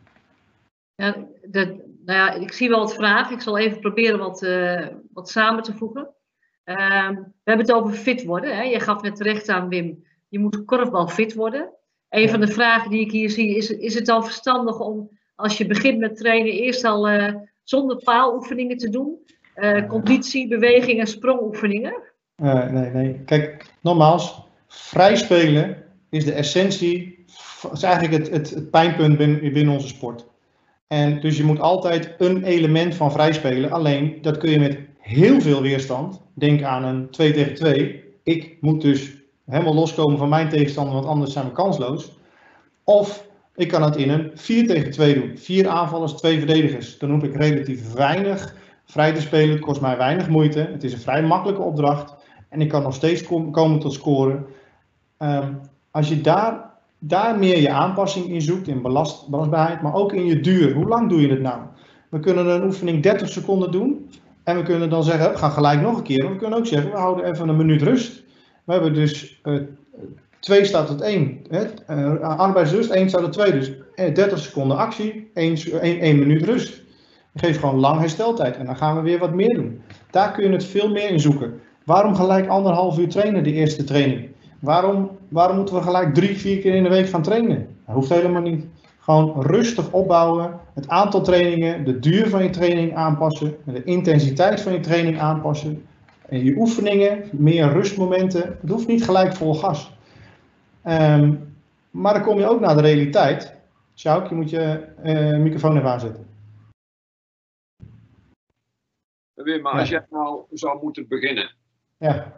Ja, ik zie wel wat vragen. Ik zal even proberen wat samen te voegen. We hebben het over fit worden. Hè? Je gaf net terecht aan, Wim. Je moet korfbal fit worden. Een van de vragen die ik hier zie is het dan verstandig om als je begint met trainen eerst al zonder paaloefeningen te doen? Conditie, beweging en sprongoefeningen? Nee. Kijk, nogmaals, vrij spelen is de essentie, is eigenlijk het pijnpunt binnen onze sport. En dus je moet altijd een element van vrij spelen, alleen dat kun je met heel veel weerstand. Denk aan een 2 tegen 2. Ik moet dus helemaal loskomen van mijn tegenstander, want anders zijn we kansloos. Of ik kan het in een 4 tegen 2 doen. 4 aanvallers, 2 verdedigers. Dan hoef ik relatief weinig vrij te spelen. Het kost mij weinig moeite. Het is een vrij makkelijke opdracht. En ik kan nog steeds komen tot scoren. Als je daar meer je aanpassing in zoekt, in belastbaarheid, maar ook in je duur. Hoe lang doe je het nou? We kunnen een oefening 30 seconden doen. En we kunnen dan zeggen, we gaan gelijk nog een keer. We kunnen ook zeggen, we houden even een minuut rust. We hebben dus 2 staat tot 1. Arbeidsrust, 1 staat tot 2. Dus 30 seconden actie, 1 minuut rust. Geef gewoon lang hersteltijd en dan gaan we weer wat meer doen. Daar kun je het veel meer in zoeken. Waarom gelijk 1,5 uur trainen, de eerste training? Waarom moeten we gelijk 3-4 keer in de week gaan trainen? Dat hoeft helemaal niet. Gewoon rustig opbouwen, het aantal trainingen, de duur van je training aanpassen, de intensiteit van je training aanpassen. En je oefeningen, meer rustmomenten, het hoeft niet gelijk vol gas. Maar dan kom je ook naar de realiteit. Sjouk, je moet je microfoon even aanzetten. Wim, maar als jij nou zou moeten beginnen. Ja.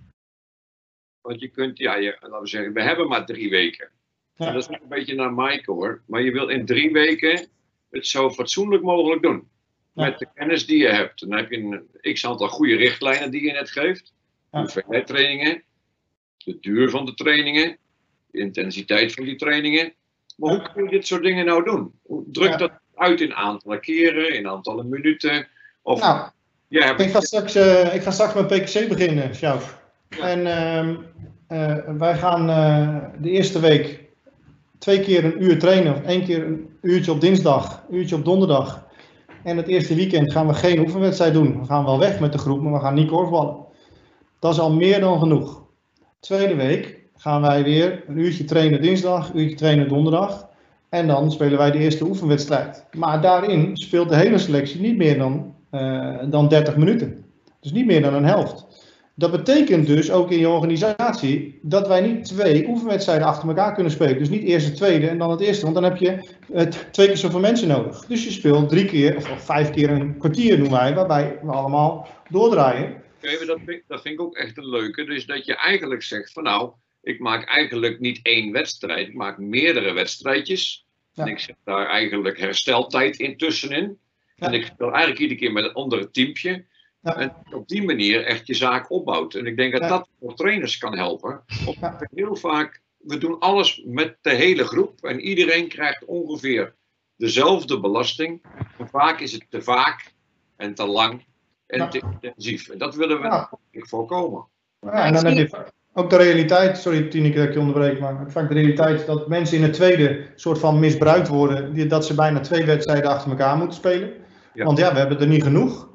Want je kunt, laten we zeggen, we hebben maar 3 weken. Ja. En dat is een beetje naar Mike hoor. Maar je wil in 3 weken het zo fatsoenlijk mogelijk doen. Ja. Met de kennis die je hebt. Dan heb je een x-aantal goede richtlijnen die je net geeft. Ja. Hoeveelheid trainingen. De duur van de trainingen. De intensiteit van die trainingen. Maar hoe kun je dit soort dingen nou doen? Druk dat uit in aantallen keren, in aantallen minuten. Of, ik ga straks met PKC beginnen, Sjouk. Ja. En wij gaan de eerste week 2 keer een uur trainen. Of 1 keer een uurtje op dinsdag, een uurtje op donderdag. En het eerste weekend gaan we geen oefenwedstrijd doen. We gaan wel weg met de groep, maar we gaan niet korfballen. Dat is al meer dan genoeg. Tweede week gaan wij weer een uurtje trainen dinsdag, een uurtje trainen donderdag. En dan spelen wij de eerste oefenwedstrijd. Maar daarin speelt de hele selectie niet meer dan 30 minuten. Dus niet meer dan een helft. Dat betekent dus ook in je organisatie dat wij niet 2 oefenwedstrijden achter elkaar kunnen spelen. Dus niet eerst het tweede en dan het eerste, want dan heb je 2 keer zoveel mensen nodig. Dus je speelt 3 keer of 5 keer een kwartier doen wij, waarbij we allemaal doordraaien. Dat vind ik ook echt een leuke. Dus dat je eigenlijk zegt van nou, ik maak eigenlijk niet 1 wedstrijd, ik maak meerdere wedstrijdjes. Ja. En ik zet daar eigenlijk hersteltijd intussenin. Ja. En ik speel eigenlijk iedere keer met een ander teampje. Ja. En op die manier echt je zaak opbouwt. En ik denk dat dat voor trainers kan helpen. Omdat heel vaak, we doen alles met de hele groep. En iedereen krijgt ongeveer dezelfde belasting. En vaak is het te vaak en te lang en te intensief. En dat willen we voorkomen. Ja, en dan heb je ook de realiteit, sorry Tineke dat ik je onderbreek, maar vaak de realiteit dat mensen in het tweede soort van misbruikt worden. Dat ze bijna 2 wedstrijden achter elkaar moeten spelen. Ja. Want we hebben er niet genoeg.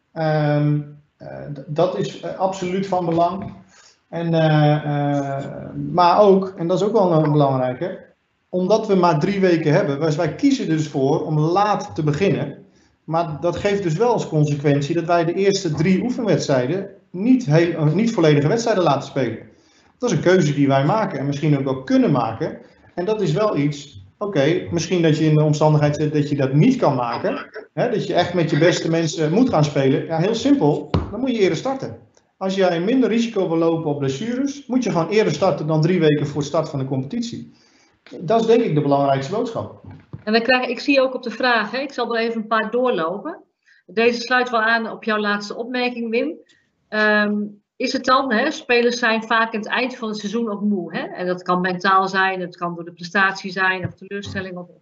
Dat is absoluut van belang. En, maar ook, en dat is ook wel een belangrijke, omdat we maar 3 weken hebben, wij kiezen dus voor om laat te beginnen. Maar dat geeft dus wel als consequentie dat wij de eerste 3 oefenwedstrijden niet volledige wedstrijden laten spelen. Dat is een keuze die wij maken en misschien ook wel kunnen maken. En dat is wel iets, misschien dat je in de omstandigheid zit dat je dat niet kan maken. Hè, dat je echt met je beste mensen moet gaan spelen. Ja, heel simpel, dan moet je eerder starten. Als jij minder risico wil lopen op blessures, moet je gewoon eerder starten dan 3 weken voor start van de competitie. Dat is denk ik de belangrijkste boodschap. En ik zie ook op de vragen, ik zal er even een paar doorlopen. Deze sluit wel aan op jouw laatste opmerking, Wim. Is het dan, spelers zijn vaak aan het eind van het seizoen ook moe. Hè? En dat kan mentaal zijn, het kan door de prestatie zijn, of teleurstelling. Of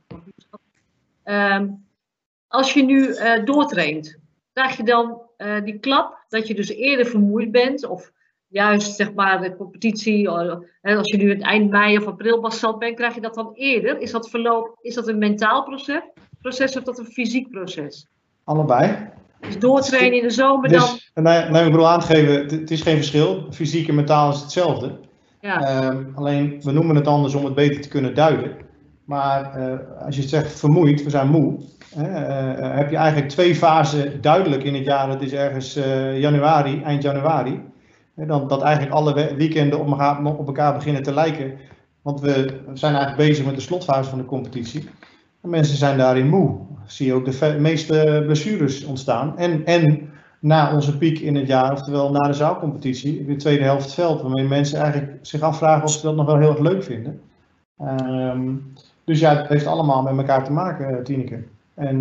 als je nu doortraint, krijg je dan die klap dat je dus eerder vermoeid bent? Of juist zeg maar de competitie, als je nu het eind mei of april pas zat bent, krijg je dat dan eerder? Is dat een mentaal proces of dat een fysiek proces? Allebei. Dus doortrainen in de zomer dus, dan? Nee, ik bedoel aan te geven, het is geen verschil. Fysiek en mentaal is hetzelfde. Ja. Alleen, we noemen het anders om het beter te kunnen duiden. Maar als je het zegt vermoeid, we zijn moe. Heb je eigenlijk 2 fasen duidelijk in het jaar. Het is ergens januari, eind januari. Dat eigenlijk alle weekenden op elkaar beginnen te lijken. Want we zijn eigenlijk bezig met de slotfase van de competitie. En mensen zijn daarin moe. Zie je ook de meeste blessures ontstaan. En na onze piek in het jaar, oftewel na de zaalcompetitie, de tweede helft het veld, waarmee mensen eigenlijk zich afvragen of ze dat nog wel heel erg leuk vinden. Dus ja, het heeft allemaal met elkaar te maken, Tineke. En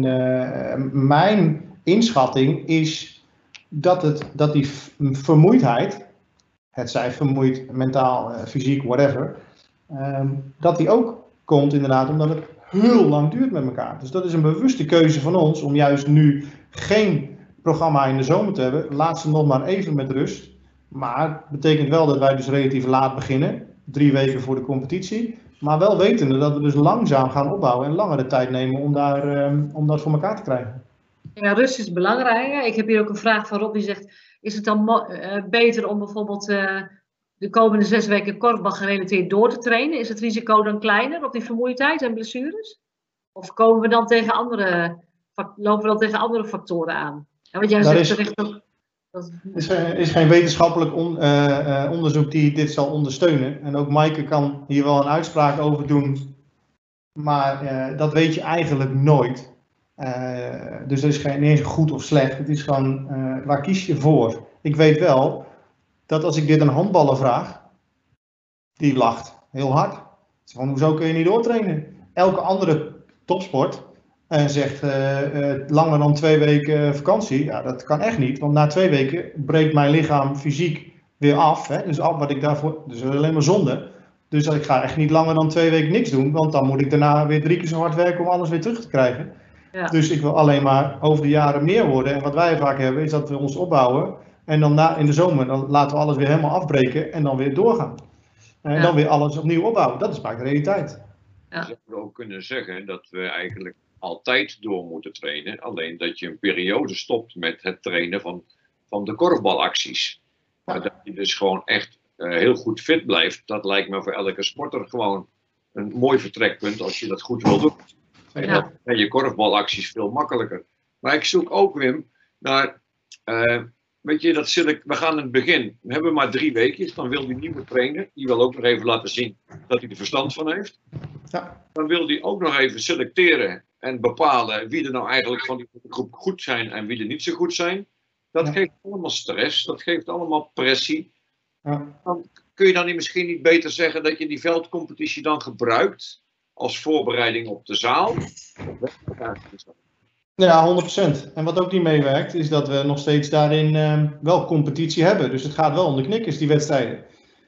mijn inschatting is dat die vermoeidheid, het zij vermoeid, mentaal, fysiek, whatever, dat die ook komt inderdaad omdat het heel lang duurt met elkaar. Dus dat is een bewuste keuze van ons om juist nu geen programma in de zomer te hebben. Laat ze nog maar even met rust. Maar het betekent wel dat wij dus relatief laat beginnen. 3 weken voor de competitie. Maar wel wetende dat we dus langzaam gaan opbouwen en langere tijd nemen om dat voor elkaar te krijgen. Ja, rust is belangrijk. Ik heb hier ook een vraag van Rob die zegt, is het dan beter om bijvoorbeeld de komende 6 weken korfbal gerelateerd door te trainen? Is het risico dan kleiner op die vermoeidheid en blessures? Of lopen we dan tegen andere factoren aan? Ja, want jij zegt terecht ook... Er is geen wetenschappelijk onderzoek die dit zal ondersteunen. En ook Maaike kan hier wel een uitspraak over doen. Maar dat weet je eigenlijk nooit. Dus er is niet eens goed of slecht. Het is gewoon, waar kies je voor? Ik weet wel dat als ik dit aan handballen vraag, die lacht heel hard. Het is gewoon, hoezo kun je niet doortrainen? Elke andere topsport zegt langer dan 2 weken vakantie. Ja, dat kan echt niet, want na 2 weken breekt mijn lichaam fysiek weer af. Hè? Dus wat ik daarvoor, dus dat is alleen maar zonde. Dus ik ga echt niet langer dan 2 weken niks doen, want dan moet ik daarna weer 3 keer zo hard werken om alles weer terug te krijgen. Ja. Dus ik wil alleen maar over de jaren meer worden. En wat wij vaak hebben is dat we ons opbouwen en dan in de zomer dan laten we alles weer helemaal afbreken en dan weer doorgaan. En dan weer alles opnieuw opbouwen. Dat is vaak de realiteit. Ja. Je zou ook kunnen zeggen dat we eigenlijk altijd door moeten trainen. Alleen dat je een periode stopt met het trainen van de korfbalacties. Ja. Dat je dus gewoon echt heel goed fit blijft. Dat lijkt me voor elke sporter gewoon een mooi vertrekpunt als je dat goed wil doen. En dan zijn je korfbalacties veel makkelijker. Maar ik zoek ook, Wim, naar... weet je, we gaan in het begin, we hebben maar 3 weken, dan wil die nieuwe trainer, die wil ook nog even laten zien dat hij er verstand van heeft. Ja. Dan wil die ook nog even selecteren en bepalen wie er nou eigenlijk van die groep goed zijn en wie er niet zo goed zijn. Dat geeft allemaal stress, dat geeft allemaal pressie. Ja. Dan kun je dan misschien niet beter zeggen dat je die veldcompetitie dan gebruikt als voorbereiding op de zaal? Ja, 100%. En wat ook niet meewerkt, is dat we nog steeds daarin wel competitie hebben. Dus het gaat wel om de knikkers, die wedstrijden.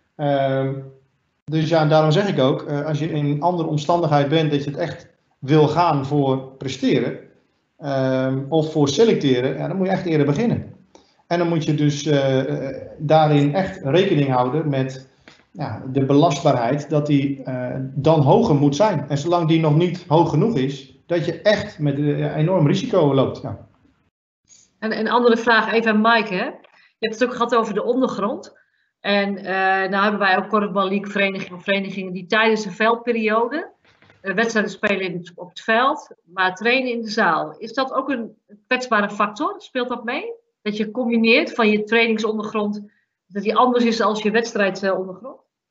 Dus ja, daarom zeg ik ook, als je in een andere omstandigheid bent, dat je het echt wil gaan voor presteren of voor selecteren, ja, dan moet je echt eerder beginnen. En dan moet je dus daarin echt rekening houden met de belastbaarheid, dat die dan hoger moet zijn. En zolang die nog niet hoog genoeg is, dat je echt met een enorm risico loopt. Ja. En een andere vraag even aan Maaike. Hè? Je hebt het ook gehad over de ondergrond. En nou hebben wij ook Korfbal League verenigingen die tijdens de veldperiode wedstrijden spelen op het veld, maar trainen in de zaal. Is dat ook een kwetsbare factor? Speelt dat mee? Dat je combineert van je trainingsondergrond, dat die anders is als je wedstrijdsondergrond?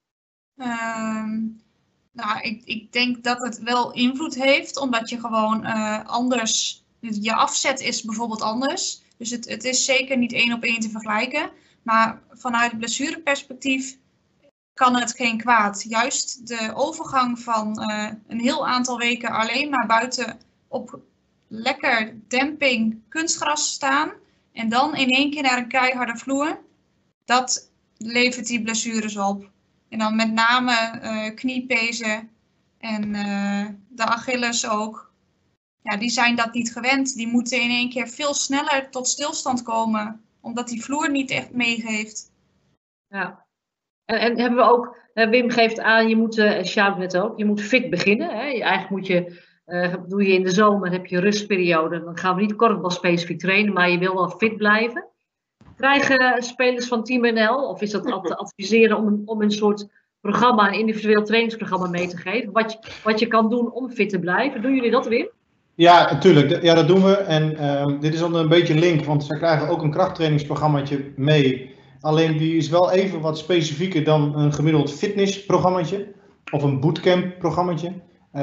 Nou, ik denk dat het wel invloed heeft, omdat je gewoon anders, je afzet is bijvoorbeeld anders. Dus het is zeker niet 1 op 1 te vergelijken. Maar vanuit blessureperspectief kan het geen kwaad. Juist de overgang van een heel aantal weken alleen maar buiten op lekker demping kunstgras staan. En dan in één keer naar een keiharde vloer. Dat levert die blessures op. En dan met name kniepezen en de Achilles ook. Ja, die zijn dat niet gewend. Die moeten in één keer veel sneller tot stilstand komen. Omdat die vloer niet echt meegeeft. Ja. En hebben we ook, Wim geeft aan, je moet, Sjoerd net ook, je moet fit beginnen. Hè? Eigenlijk moet je, doe je in de zomer, heb je rustperiode. Dan gaan we niet korfbal specifiek trainen, maar je wil wel fit blijven. Krijgen spelers van Team NL, of is dat te adviseren om een soort programma, een individueel trainingsprogramma mee te geven? Wat je kan doen om fit te blijven. Doen jullie dat, Wim? Ja, natuurlijk. Ja, dat doen we. En dit is dan een beetje een link, want ze krijgen ook een krachttrainingsprogrammaatje mee. Alleen die is wel even wat specifieker dan een gemiddeld fitnessprogrammaatje of een bootcamp-programmaatje.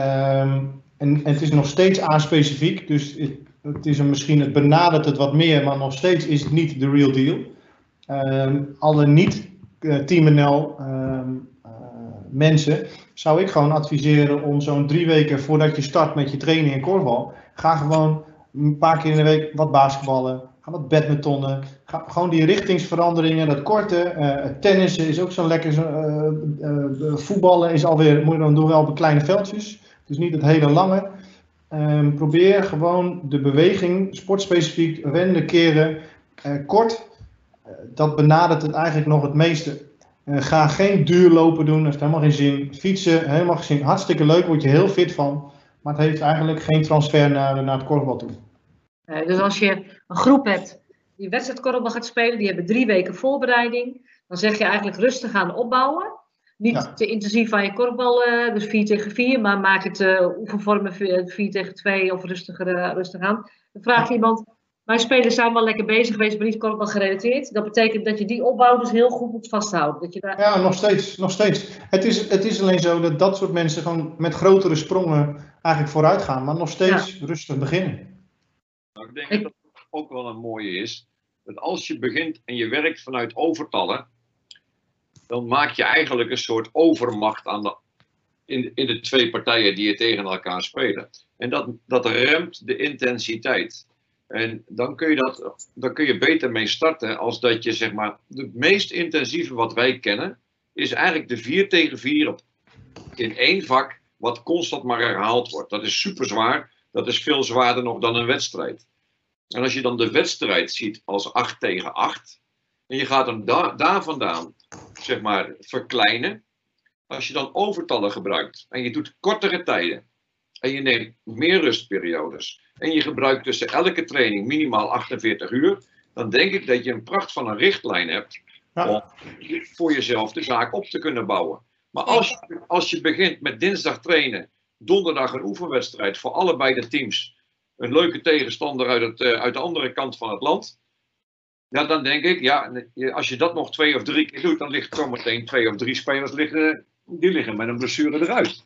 En het is nog steeds A-specifiek, dus het is het benadert het wat meer, maar nog steeds is het niet de real deal. Alle niet-Team NL mensen zou ik gewoon adviseren om zo'n 3 weken voordat je start met je training in korfbal, ga gewoon een paar keer in de week wat basketballen. Ga wat badmintonnen. Ga gewoon die richtingsveranderingen, dat korte. Tennissen is ook zo lekker. Voetballen is alweer, moet je dan doen wel op kleine veldjes. Dus niet het hele lange. Probeer gewoon de beweging, sportspecifiek, wenden, keren, kort. Dat benadert het eigenlijk nog het meeste. Ga geen duurlopen doen, dat heeft helemaal geen zin. Fietsen, helemaal geen zin. Hartstikke leuk, word je heel fit van. Maar het heeft eigenlijk geen transfer naar het korfbal toe. Dus als je een groep hebt die wedstrijdkorfbal gaat spelen, die hebben 3 weken voorbereiding, dan zeg je eigenlijk rustig aan opbouwen. Niet te intensief aan je korfbal, dus 4 tegen 4, maar maak het oefenvormen 4 tegen 2 of rustig aan. Dan vraagt iemand, mijn spelers zijn wel lekker bezig geweest, maar niet korfbal gerelateerd. Dat betekent dat je die opbouw dus heel goed moet vasthouden. Dat je daar... Ja, nog steeds. Het is alleen zo dat soort mensen gewoon met grotere sprongen eigenlijk vooruit gaan, maar nog steeds rustig beginnen. Nou, ik denk dat het ook wel een mooie is, dat als je begint en je werkt vanuit overtallen, dan maak je eigenlijk een soort overmacht in de 2 partijen die je tegen elkaar spelen. En dat remt de intensiteit. En dan kun je beter mee starten als dat je, zeg maar, het meest intensieve wat wij kennen, is eigenlijk de 4 tegen 4 in 1 vak, wat constant maar herhaald wordt. Dat is super zwaar, dat is veel zwaarder nog dan een wedstrijd. En als je dan de wedstrijd ziet als 8 tegen 8, en je gaat hem daar vandaan, zeg maar, verkleinen. Als je dan overtallen gebruikt en je doet kortere tijden en je neemt meer rustperiodes en je gebruikt tussen elke training minimaal 48 uur, dan denk ik dat je een pracht van een richtlijn hebt om voor jezelf de zaak op te kunnen bouwen. Maar als je begint met dinsdag trainen, donderdag een oefenwedstrijd voor allebei de teams, een leuke tegenstander uit de andere kant van het land, ja, dan denk ik, ja, als je dat nog 2 of 3 keer doet, dan ligt zometeen 2 of 3 spelers liggen met een blessure eruit.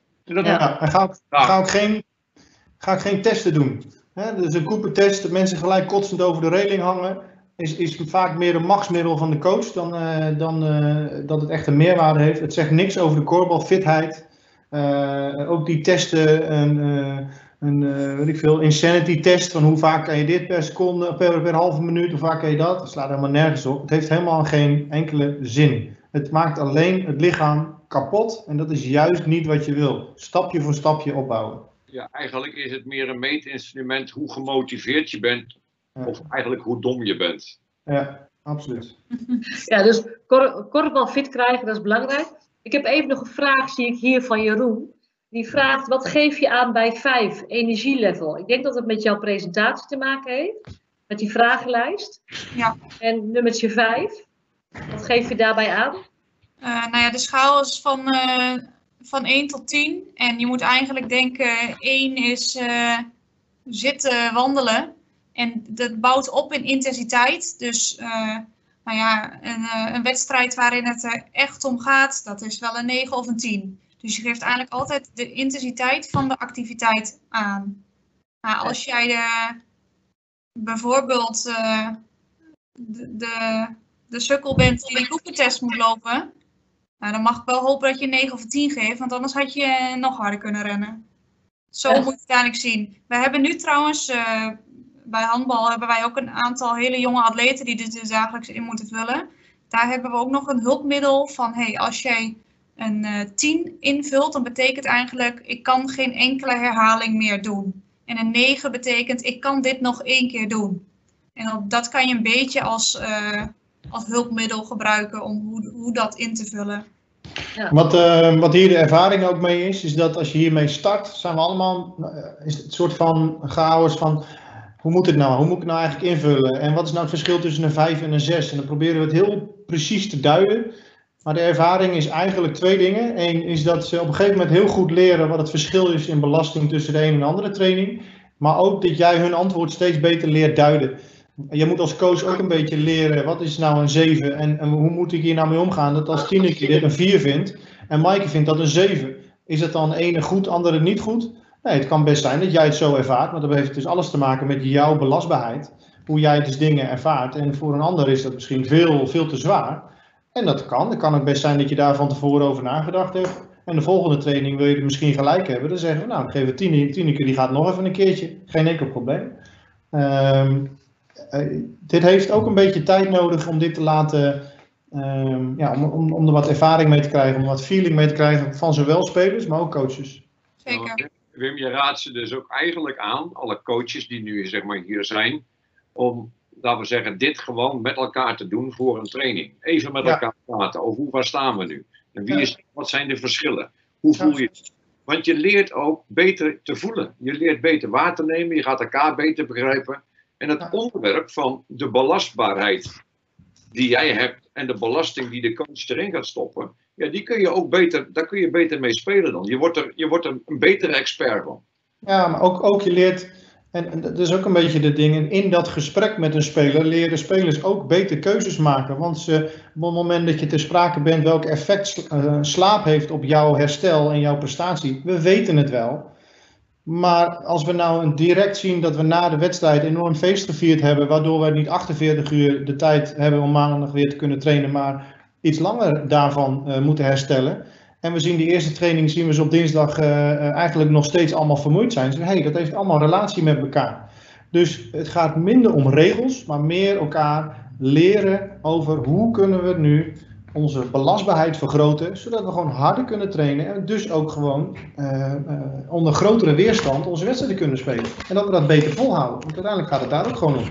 Ga ik geen testen doen. Dus een Cooper-test, dat mensen gelijk kotsend over de reling hangen, is vaak meer een machtsmiddel van de coach dan dat het echt een meerwaarde heeft. Het zegt niks over de korfbalfitheid. Ook die testen, weet ik veel, insanity test van hoe vaak kan je dit per seconde, per halve minuut, hoe vaak kan je dat? Dat slaat helemaal nergens op. Het heeft helemaal geen enkele zin. Het maakt alleen het lichaam kapot en dat is juist niet wat je wil. Stapje voor stapje opbouwen. Ja, eigenlijk is het meer een meetinstrument hoe gemotiveerd je bent of eigenlijk hoe dom je bent. Ja, absoluut. Ja, dus korfbal fit krijgen, dat is belangrijk. Ik heb even nog een vraag, zie ik hier van Jeroen. Die vraagt, wat geef je aan bij 5, energielevel? Ik denk dat het met jouw presentatie te maken heeft, met die vragenlijst. Ja. En nummertje 5, wat geef je daarbij aan? Nou ja, de schaal is van 1 tot 10. En je moet eigenlijk denken, 1 is zitten, wandelen. En dat bouwt op in intensiteit. Dus Nou ja, een wedstrijd waarin het er echt om gaat, dat is wel een 9 of een 10. Dus je geeft eigenlijk altijd de intensiteit van de activiteit aan. Maar als jij bijvoorbeeld de sukkel bent die Cooper-test moet lopen, nou, dan mag ik wel hopen dat je een 9 of een 10 geeft, want anders had je nog harder kunnen rennen. Zo moet je het eigenlijk zien. We hebben nu trouwens, bij handbal hebben wij ook een aantal hele jonge atleten die dus dagelijks in moeten vullen. Daar hebben we ook nog een hulpmiddel van, hey, als jij een 10 invult, dan betekent eigenlijk, ik kan geen enkele herhaling meer doen. En een 9 betekent, ik kan dit nog 1 keer doen. En dat kan je een beetje als hulpmiddel gebruiken om hoe dat in te vullen. Ja. Wat hier de ervaring ook mee is dat als je hiermee start, zijn we allemaal, is het soort van chaos van, hoe moet het nou? Hoe moet ik het nou eigenlijk invullen? En wat is nou het verschil tussen een 5 en een 6? En dan proberen we het heel precies te duiden. Maar de ervaring is eigenlijk 2 dingen. Eén is dat ze op een gegeven moment heel goed leren wat het verschil is in belasting tussen de een en de andere training. Maar ook dat jij hun antwoord steeds beter leert duiden. Je moet als coach ook een beetje leren, wat is nou een 7 en hoe moet ik hier nou mee omgaan? Dat als Tineke dit een 4 vindt en Maaike vindt dat een 7. Is het dan ene goed, andere niet goed? Nee, het kan best zijn dat jij het zo ervaart, maar dat heeft dus alles te maken met jouw belastbaarheid. Hoe jij dus dingen ervaart. En voor een ander is dat misschien veel te zwaar. En dat kan. Het kan ook best zijn dat je daar van tevoren over nagedacht hebt. En de volgende training wil je het misschien gelijk hebben. Dan zeggen we, nou, geef het Tineke, die gaat nog even een keertje. Geen enkel probleem. Dit heeft ook een beetje tijd nodig om dit te laten, om er wat ervaring mee te krijgen, om wat feeling mee te krijgen van zowel spelers, maar ook coaches. Zeker. Wim, je raadt ze dus ook eigenlijk aan, alle coaches die nu zeg maar hier zijn, om, laten we zeggen, dit gewoon met elkaar te doen voor een training. Even met elkaar praten over waar staan we nu? En wat zijn de verschillen? Hoe voel je het? Want je leert ook beter te voelen. Je leert beter waar te nemen, je gaat elkaar beter begrijpen. En het onderwerp van de belastbaarheid die jij hebt en de belasting die de coach erin gaat stoppen, ja, die kun je ook beter, daar kun je beter mee spelen dan. Je wordt er een betere expert van. Ja, maar ook je leert, en dat is ook een beetje de ding, in dat gesprek met een speler leren spelers ook beter keuzes maken. Want op het moment dat je ter sprake bent welk effect slaap heeft op jouw herstel en jouw prestatie, we weten het wel. Maar als we nou direct zien dat we na de wedstrijd enorm feest gevierd hebben, waardoor we niet 48 uur de tijd hebben om maandag weer te kunnen trainen, maar iets langer daarvan moeten herstellen. En we zien die eerste training, zien we ze op dinsdag eigenlijk nog steeds allemaal vermoeid zijn. Dus dat heeft allemaal relatie met elkaar. Dus het gaat minder om regels, maar meer elkaar leren over hoe kunnen we nu onze belastbaarheid vergroten, zodat we gewoon harder kunnen trainen en dus ook gewoon onder grotere weerstand onze wedstrijden kunnen spelen. En dat we dat beter volhouden, want uiteindelijk gaat het daar ook gewoon om.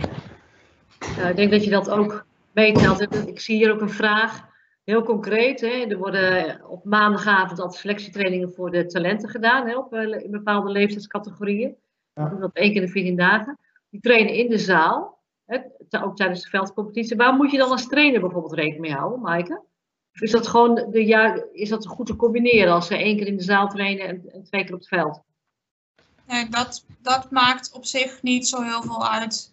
Ik denk dat je dat ook meetelt. Ik zie hier ook een vraag, heel concreet. Hè. Er worden op maandagavond al selectietrainingen voor de talenten gedaan, hè, in bepaalde leeftijdscategorieën. Ja. Dat 1 keer in de 14 dagen. Die trainen in de zaal, hè, ook tijdens de veldcompetitie. Waar moet je dan als trainer bijvoorbeeld rekening mee houden, Maaike? Of is dat gewoon is dat goed te combineren als ze 1 keer in de zaal trainen en 2 keer op het veld? Nee, dat maakt op zich niet zo heel veel uit.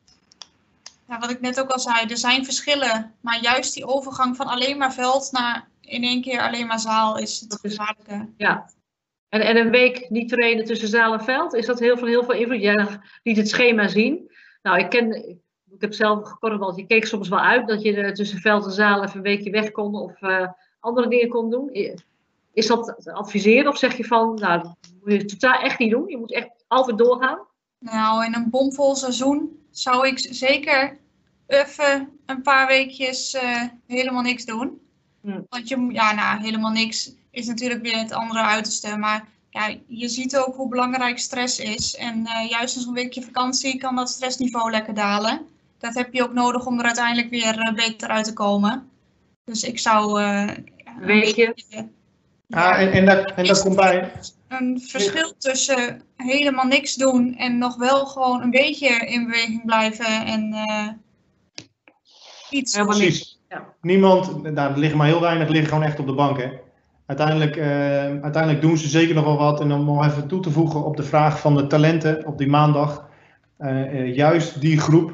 Ja, wat ik net ook al zei, er zijn verschillen. Maar juist die overgang van alleen maar veld naar in 1 keer alleen maar zaal is het gevaarlijke. Ja. En een week niet trainen tussen zaal en veld, is dat heel veel invloed? Jij liet het schema zien. Nou, ik heb zelf gekorreld, je keek soms wel uit dat je tussen veld en zaal even een weekje weg kon of andere dingen kon doen. Is dat te adviseren of zeg je van, nou, dat moet je totaal echt niet doen. Je moet echt altijd doorgaan. Nou, in een bomvol seizoen zou ik zeker even een paar weekjes helemaal niks doen. Want helemaal niks is natuurlijk weer het andere uiterste. Maar ja, je ziet ook hoe belangrijk stress is. En juist in zo'n weekje vakantie kan dat stressniveau lekker dalen. Dat heb je ook nodig om er uiteindelijk weer beter uit te komen. Dus ik zou een weekje... En dat komt bij... Een verschil tussen helemaal niks doen en nog wel gewoon een beetje in beweging blijven en iets. Ja, precies. Ja. Niemand, er liggen maar heel weinig liggen gewoon echt op de bank. Hè. Uiteindelijk doen ze zeker nog wel wat. En om nog even toe te voegen op de vraag van de talenten op die maandag. Juist die groep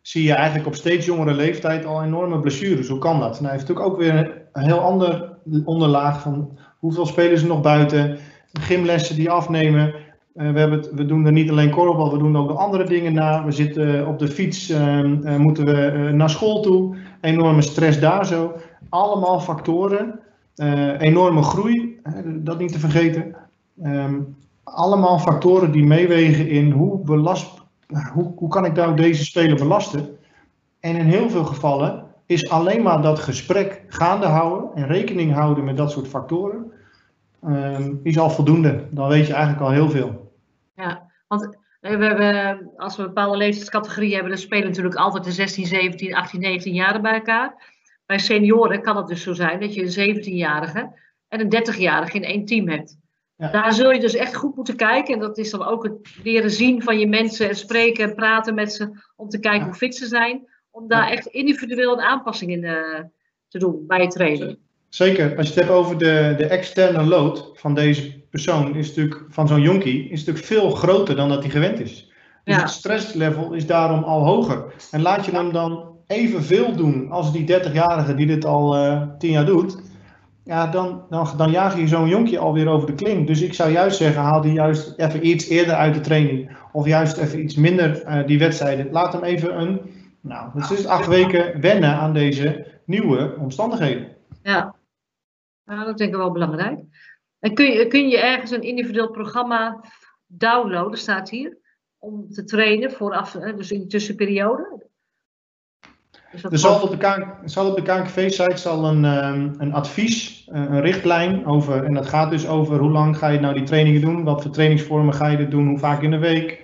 zie je eigenlijk op steeds jongere leeftijd al enorme blessures. Hoe kan dat? Nou, hij heeft natuurlijk ook weer een heel ander onderlaag van hoeveel spelen ze nog buiten, gymlessen die afnemen. We doen er niet alleen korfbal, we doen ook de andere dingen na. We zitten op de fiets, moeten we naar school toe. Enorme stress daar zo. Allemaal factoren. Enorme groei, dat niet te vergeten. Allemaal factoren die meewegen in hoe kan ik nou deze speler belasten. En in heel veel gevallen is alleen maar dat gesprek gaande houden en rekening houden met dat soort factoren. Is al voldoende. Dan weet je eigenlijk al heel veel. Ja, want als we een bepaalde leeftijdscategorie hebben, dan spelen natuurlijk altijd de 16, 17, 18, 19 jaren bij elkaar. Bij senioren kan het dus zo zijn dat je een 17-jarige en een 30-jarige in één team hebt. Ja. Daar zul je dus echt goed moeten kijken. En dat is dan ook het leren zien van je mensen en spreken en praten met ze om te kijken hoe fit ze zijn. Om daar echt individueel een aanpassing in te doen bij je training. Zeker, als je het hebt over de externe load van deze persoon, is natuurlijk, van zo'n jonkie, is natuurlijk veel groter dan dat hij gewend is. Dus het stresslevel is daarom al hoger. En laat je hem dan evenveel doen als die 30-jarige die dit al 10 jaar doet, ja, dan jaag je zo'n jonkie alweer over de kling. Dus ik zou juist zeggen, haal die juist even iets eerder uit de training. Of juist even iets minder die wedstrijden. Laat hem even het is 8 weken wennen aan deze nieuwe omstandigheden. Ja, nou, dat denk ik wel belangrijk. En kun je ergens een individueel programma downloaden, staat hier, om te trainen vooraf, dus in de tussenperiode? Er zal op de KNKV-site een advies, een richtlijn over, en dat gaat dus over hoe lang ga je nou die trainingen doen, wat voor trainingsvormen ga je dit doen, hoe vaak in de week,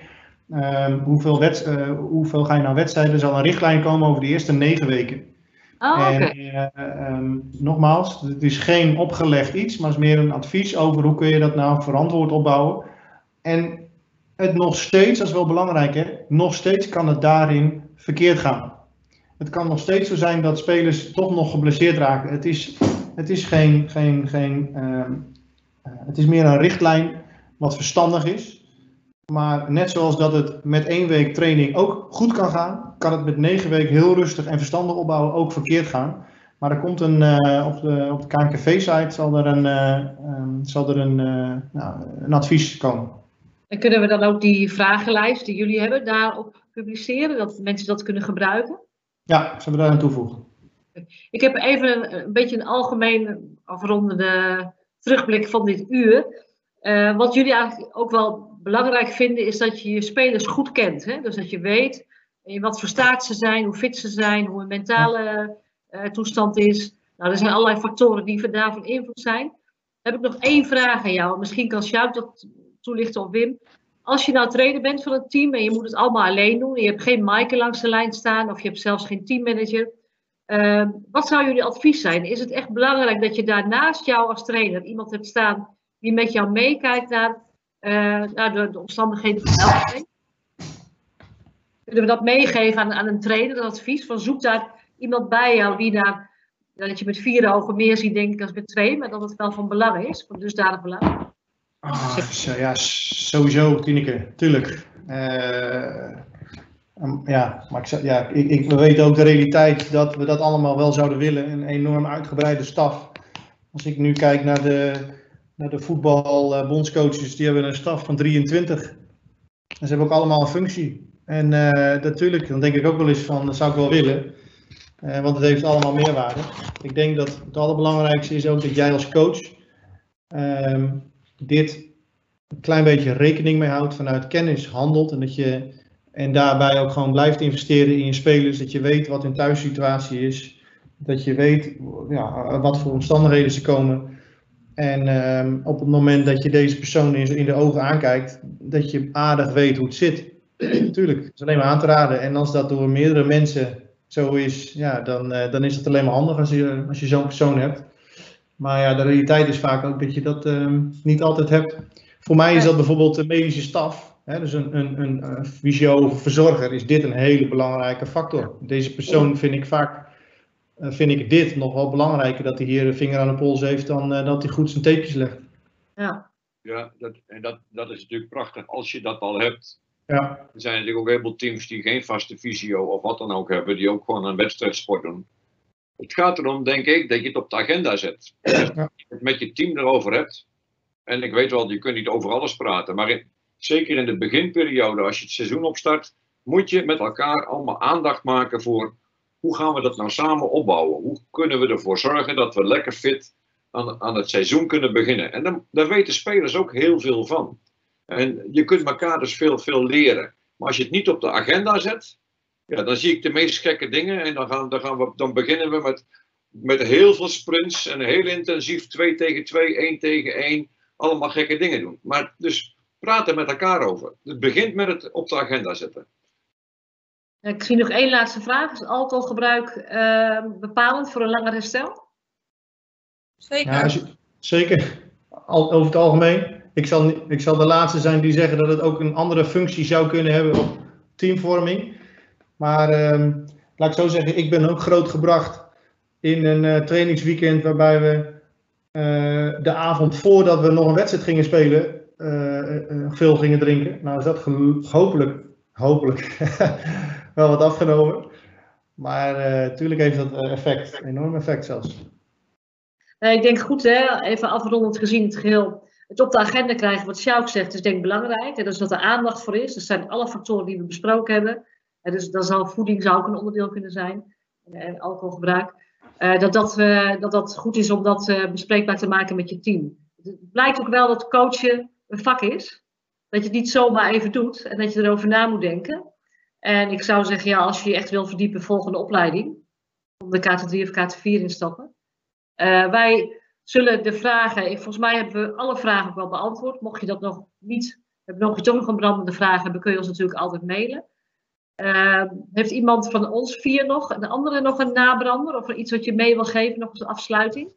hoeveel ga je nou wedstrijden. Er zal een richtlijn komen over de eerste 9 weken. Oh, okay. Nogmaals, het is geen opgelegd iets, maar het is meer een advies over hoe kun je dat nou verantwoord opbouwen. En het nog steeds, dat is wel belangrijk hè, nog steeds kan het daarin verkeerd gaan. Het kan nog steeds zo zijn dat spelers toch nog geblesseerd raken. Het is meer een richtlijn wat verstandig is. Maar net zoals dat het met 1 week training ook goed kan gaan, kan het met 9 weken heel rustig en verstandig opbouwen ook verkeerd gaan. Maar er komt op de KNKV-site zal er een advies komen. En kunnen we dan ook die vragenlijst die jullie hebben daarop publiceren, dat mensen dat kunnen gebruiken? Ja, zullen we daar aan toevoegen. Ik heb even een beetje een algemeen afrondende terugblik van dit uur. Wat jullie eigenlijk ook wel belangrijk vinden is dat je je spelers goed kent. Hè? Dus dat je weet in wat voor staat ze zijn, hoe fit ze zijn, hoe hun mentale toestand is. Nou, er zijn allerlei factoren die daarvan invloed zijn. Dan heb ik nog 1 vraag aan jou. Misschien kan Sjoerd dat toelichten of Wim. Als je nou trainer bent van een team en je moet het allemaal alleen doen. En je hebt geen Maaike langs de lijn staan of je hebt zelfs geen teammanager. Wat zou jullie advies zijn? Is het echt belangrijk dat je daar naast jou als trainer iemand hebt staan die met jou meekijkt naar de omstandigheden van elke trainer? Kunnen we dat meegeven aan een trainer, dat advies? Van zoek daar iemand bij jou die dat je met 4 ogen meer ziet, denk ik, als met 2, maar dat het wel van belang is, van dusdanig belang. Ja, sowieso, Tineke, tuurlijk. Maar we weten ook de realiteit dat we dat allemaal wel zouden willen. Een enorm uitgebreide staf. Als ik nu kijk naar de voetbalbondscoaches, die hebben een staf van 23. En ze hebben ook allemaal een functie. En natuurlijk, dan denk ik ook wel eens van, dat zou ik wel willen. Want het heeft allemaal meerwaarde. Ik denk dat het allerbelangrijkste is ook dat jij als coach dit een klein beetje rekening mee houdt, vanuit kennis handelt en daarbij ook gewoon blijft investeren in je spelers, dat je weet wat hun thuissituatie is, dat je weet wat voor omstandigheden ze komen en op het moment dat je deze persoon in de ogen aankijkt, dat je aardig weet hoe het zit. Natuurlijk, het is alleen maar aan te raden en als dat door meerdere mensen zo is, ja, dan is het alleen maar handig als je zo'n persoon hebt. Maar ja, de realiteit is vaak ook dat je dat niet altijd hebt. Voor mij is dat bijvoorbeeld de medische staf. Hè, dus een fysio of verzorger is dit een hele belangrijke factor. Deze persoon vind ik dit nog wel belangrijker, dat hij hier de vinger aan de pols heeft dan dat hij goed zijn tapejes legt. Ja, dat is natuurlijk prachtig als je dat al hebt. Ja. Er zijn natuurlijk ook heel veel teams die geen vaste fysio of wat dan ook hebben, die ook gewoon een wedstrijdsport doen. Het gaat erom, denk ik, dat je het op de agenda zet. Dat je het met je team erover hebt. En ik weet wel, je kunt niet over alles praten, maar zeker in de beginperiode, als je het seizoen opstart, moet je met elkaar allemaal aandacht maken voor hoe gaan we dat nou samen opbouwen? Hoe kunnen we ervoor zorgen dat we lekker fit aan het seizoen kunnen beginnen? En daar weten spelers ook heel veel van. En je kunt elkaar dus veel leren. Maar als je het niet op de agenda zet, ja, dan zie ik de meest gekke dingen. En dan beginnen we met heel veel sprints en heel intensief 2 tegen 2, 1 tegen 1. Allemaal gekke dingen doen. Maar dus praat er met elkaar over. Het begint met het op de agenda zetten. Ik zie nog één laatste vraag. Is alcoholgebruik bepalend voor een langer herstel? Zeker. Ja, zeker. Over het algemeen. Ik zal de laatste zijn die zeggen dat het ook een andere functie zou kunnen hebben op teamvorming. Maar laat ik zo zeggen, ik ben ook grootgebracht in een trainingsweekend waarbij we de avond voordat we nog een wedstrijd gingen spelen veel gingen drinken. Nou is dat hopelijk wel wat afgenomen. Maar natuurlijk heeft dat effect, een enorm effect zelfs. Ik denk goed, hè, even afrondend gezien het geheel. Het op de agenda krijgen, wat Sjouk zegt, is denk ik belangrijk. Dus dat er aandacht voor is. Dat zijn alle factoren die we besproken hebben. Dus dan zal voeding ook een onderdeel kunnen zijn. En alcoholgebruik. Dat goed is om dat bespreekbaar te maken met je team. Het blijkt ook wel dat coachen een vak is. Dat je het niet zomaar even doet. En dat je erover na moet denken. En ik zou zeggen, ja, als je je echt wil verdiepen, volg een opleiding. Om de KT3 of KT4 instappen. Wij zullen de vragen, volgens mij hebben we alle vragen ook wel beantwoord. Mocht je dat nog niet, mocht je toch nog een brandende vraag hebben, kun je ons natuurlijk altijd mailen. Heeft iemand van ons 4 nog, en de andere nog een nabrander of iets wat je mee wil geven, nog als afsluiting?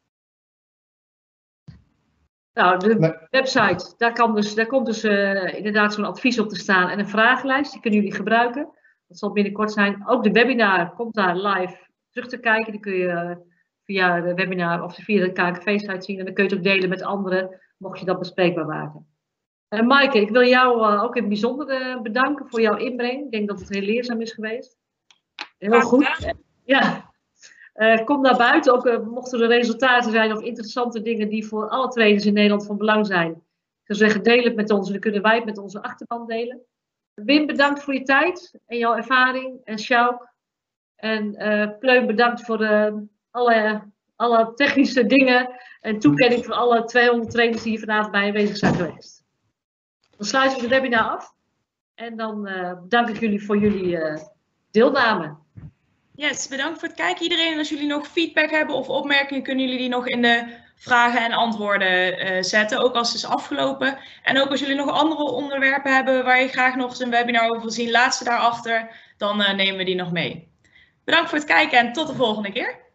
Nou, de website, daar komt dus inderdaad zo'n advies op te staan en een vragenlijst, die kunnen jullie gebruiken. Dat zal binnenkort zijn. Ook de webinar komt daar live terug te kijken, die kun je via de webinar of via de KNKV-site zien. En dan kun je het ook delen met anderen, mocht je dat bespreekbaar maken. Maaike, ik wil jou ook in het bijzonder bedanken voor jouw inbreng. Ik denk dat het heel leerzaam is geweest. Heel goed. Ja. Kom naar buiten, ook mochten er resultaten zijn of interessante dingen die voor alle trainers in Nederland van belang zijn. Ik zou zeggen, deel het met ons en dan kunnen wij het met onze achterban delen. Wim, bedankt voor je tijd en jouw ervaring. En Sjouk. En Pleun, bedankt voor alle technische dingen en toekenning voor alle 200 trainers die hier vanavond bij aanwezig zijn geweest. Dan sluiten we de webinar af. En dan bedank ik jullie voor jullie deelname. Yes, bedankt voor het kijken iedereen. En als jullie nog feedback hebben of opmerkingen, kunnen jullie die nog in de vragen en antwoorden zetten. Ook als het is afgelopen. En ook als jullie nog andere onderwerpen hebben waar je graag nog eens een webinar over wil zien, laat ze daarachter. Dan nemen we die nog mee. Bedankt voor het kijken en tot de volgende keer.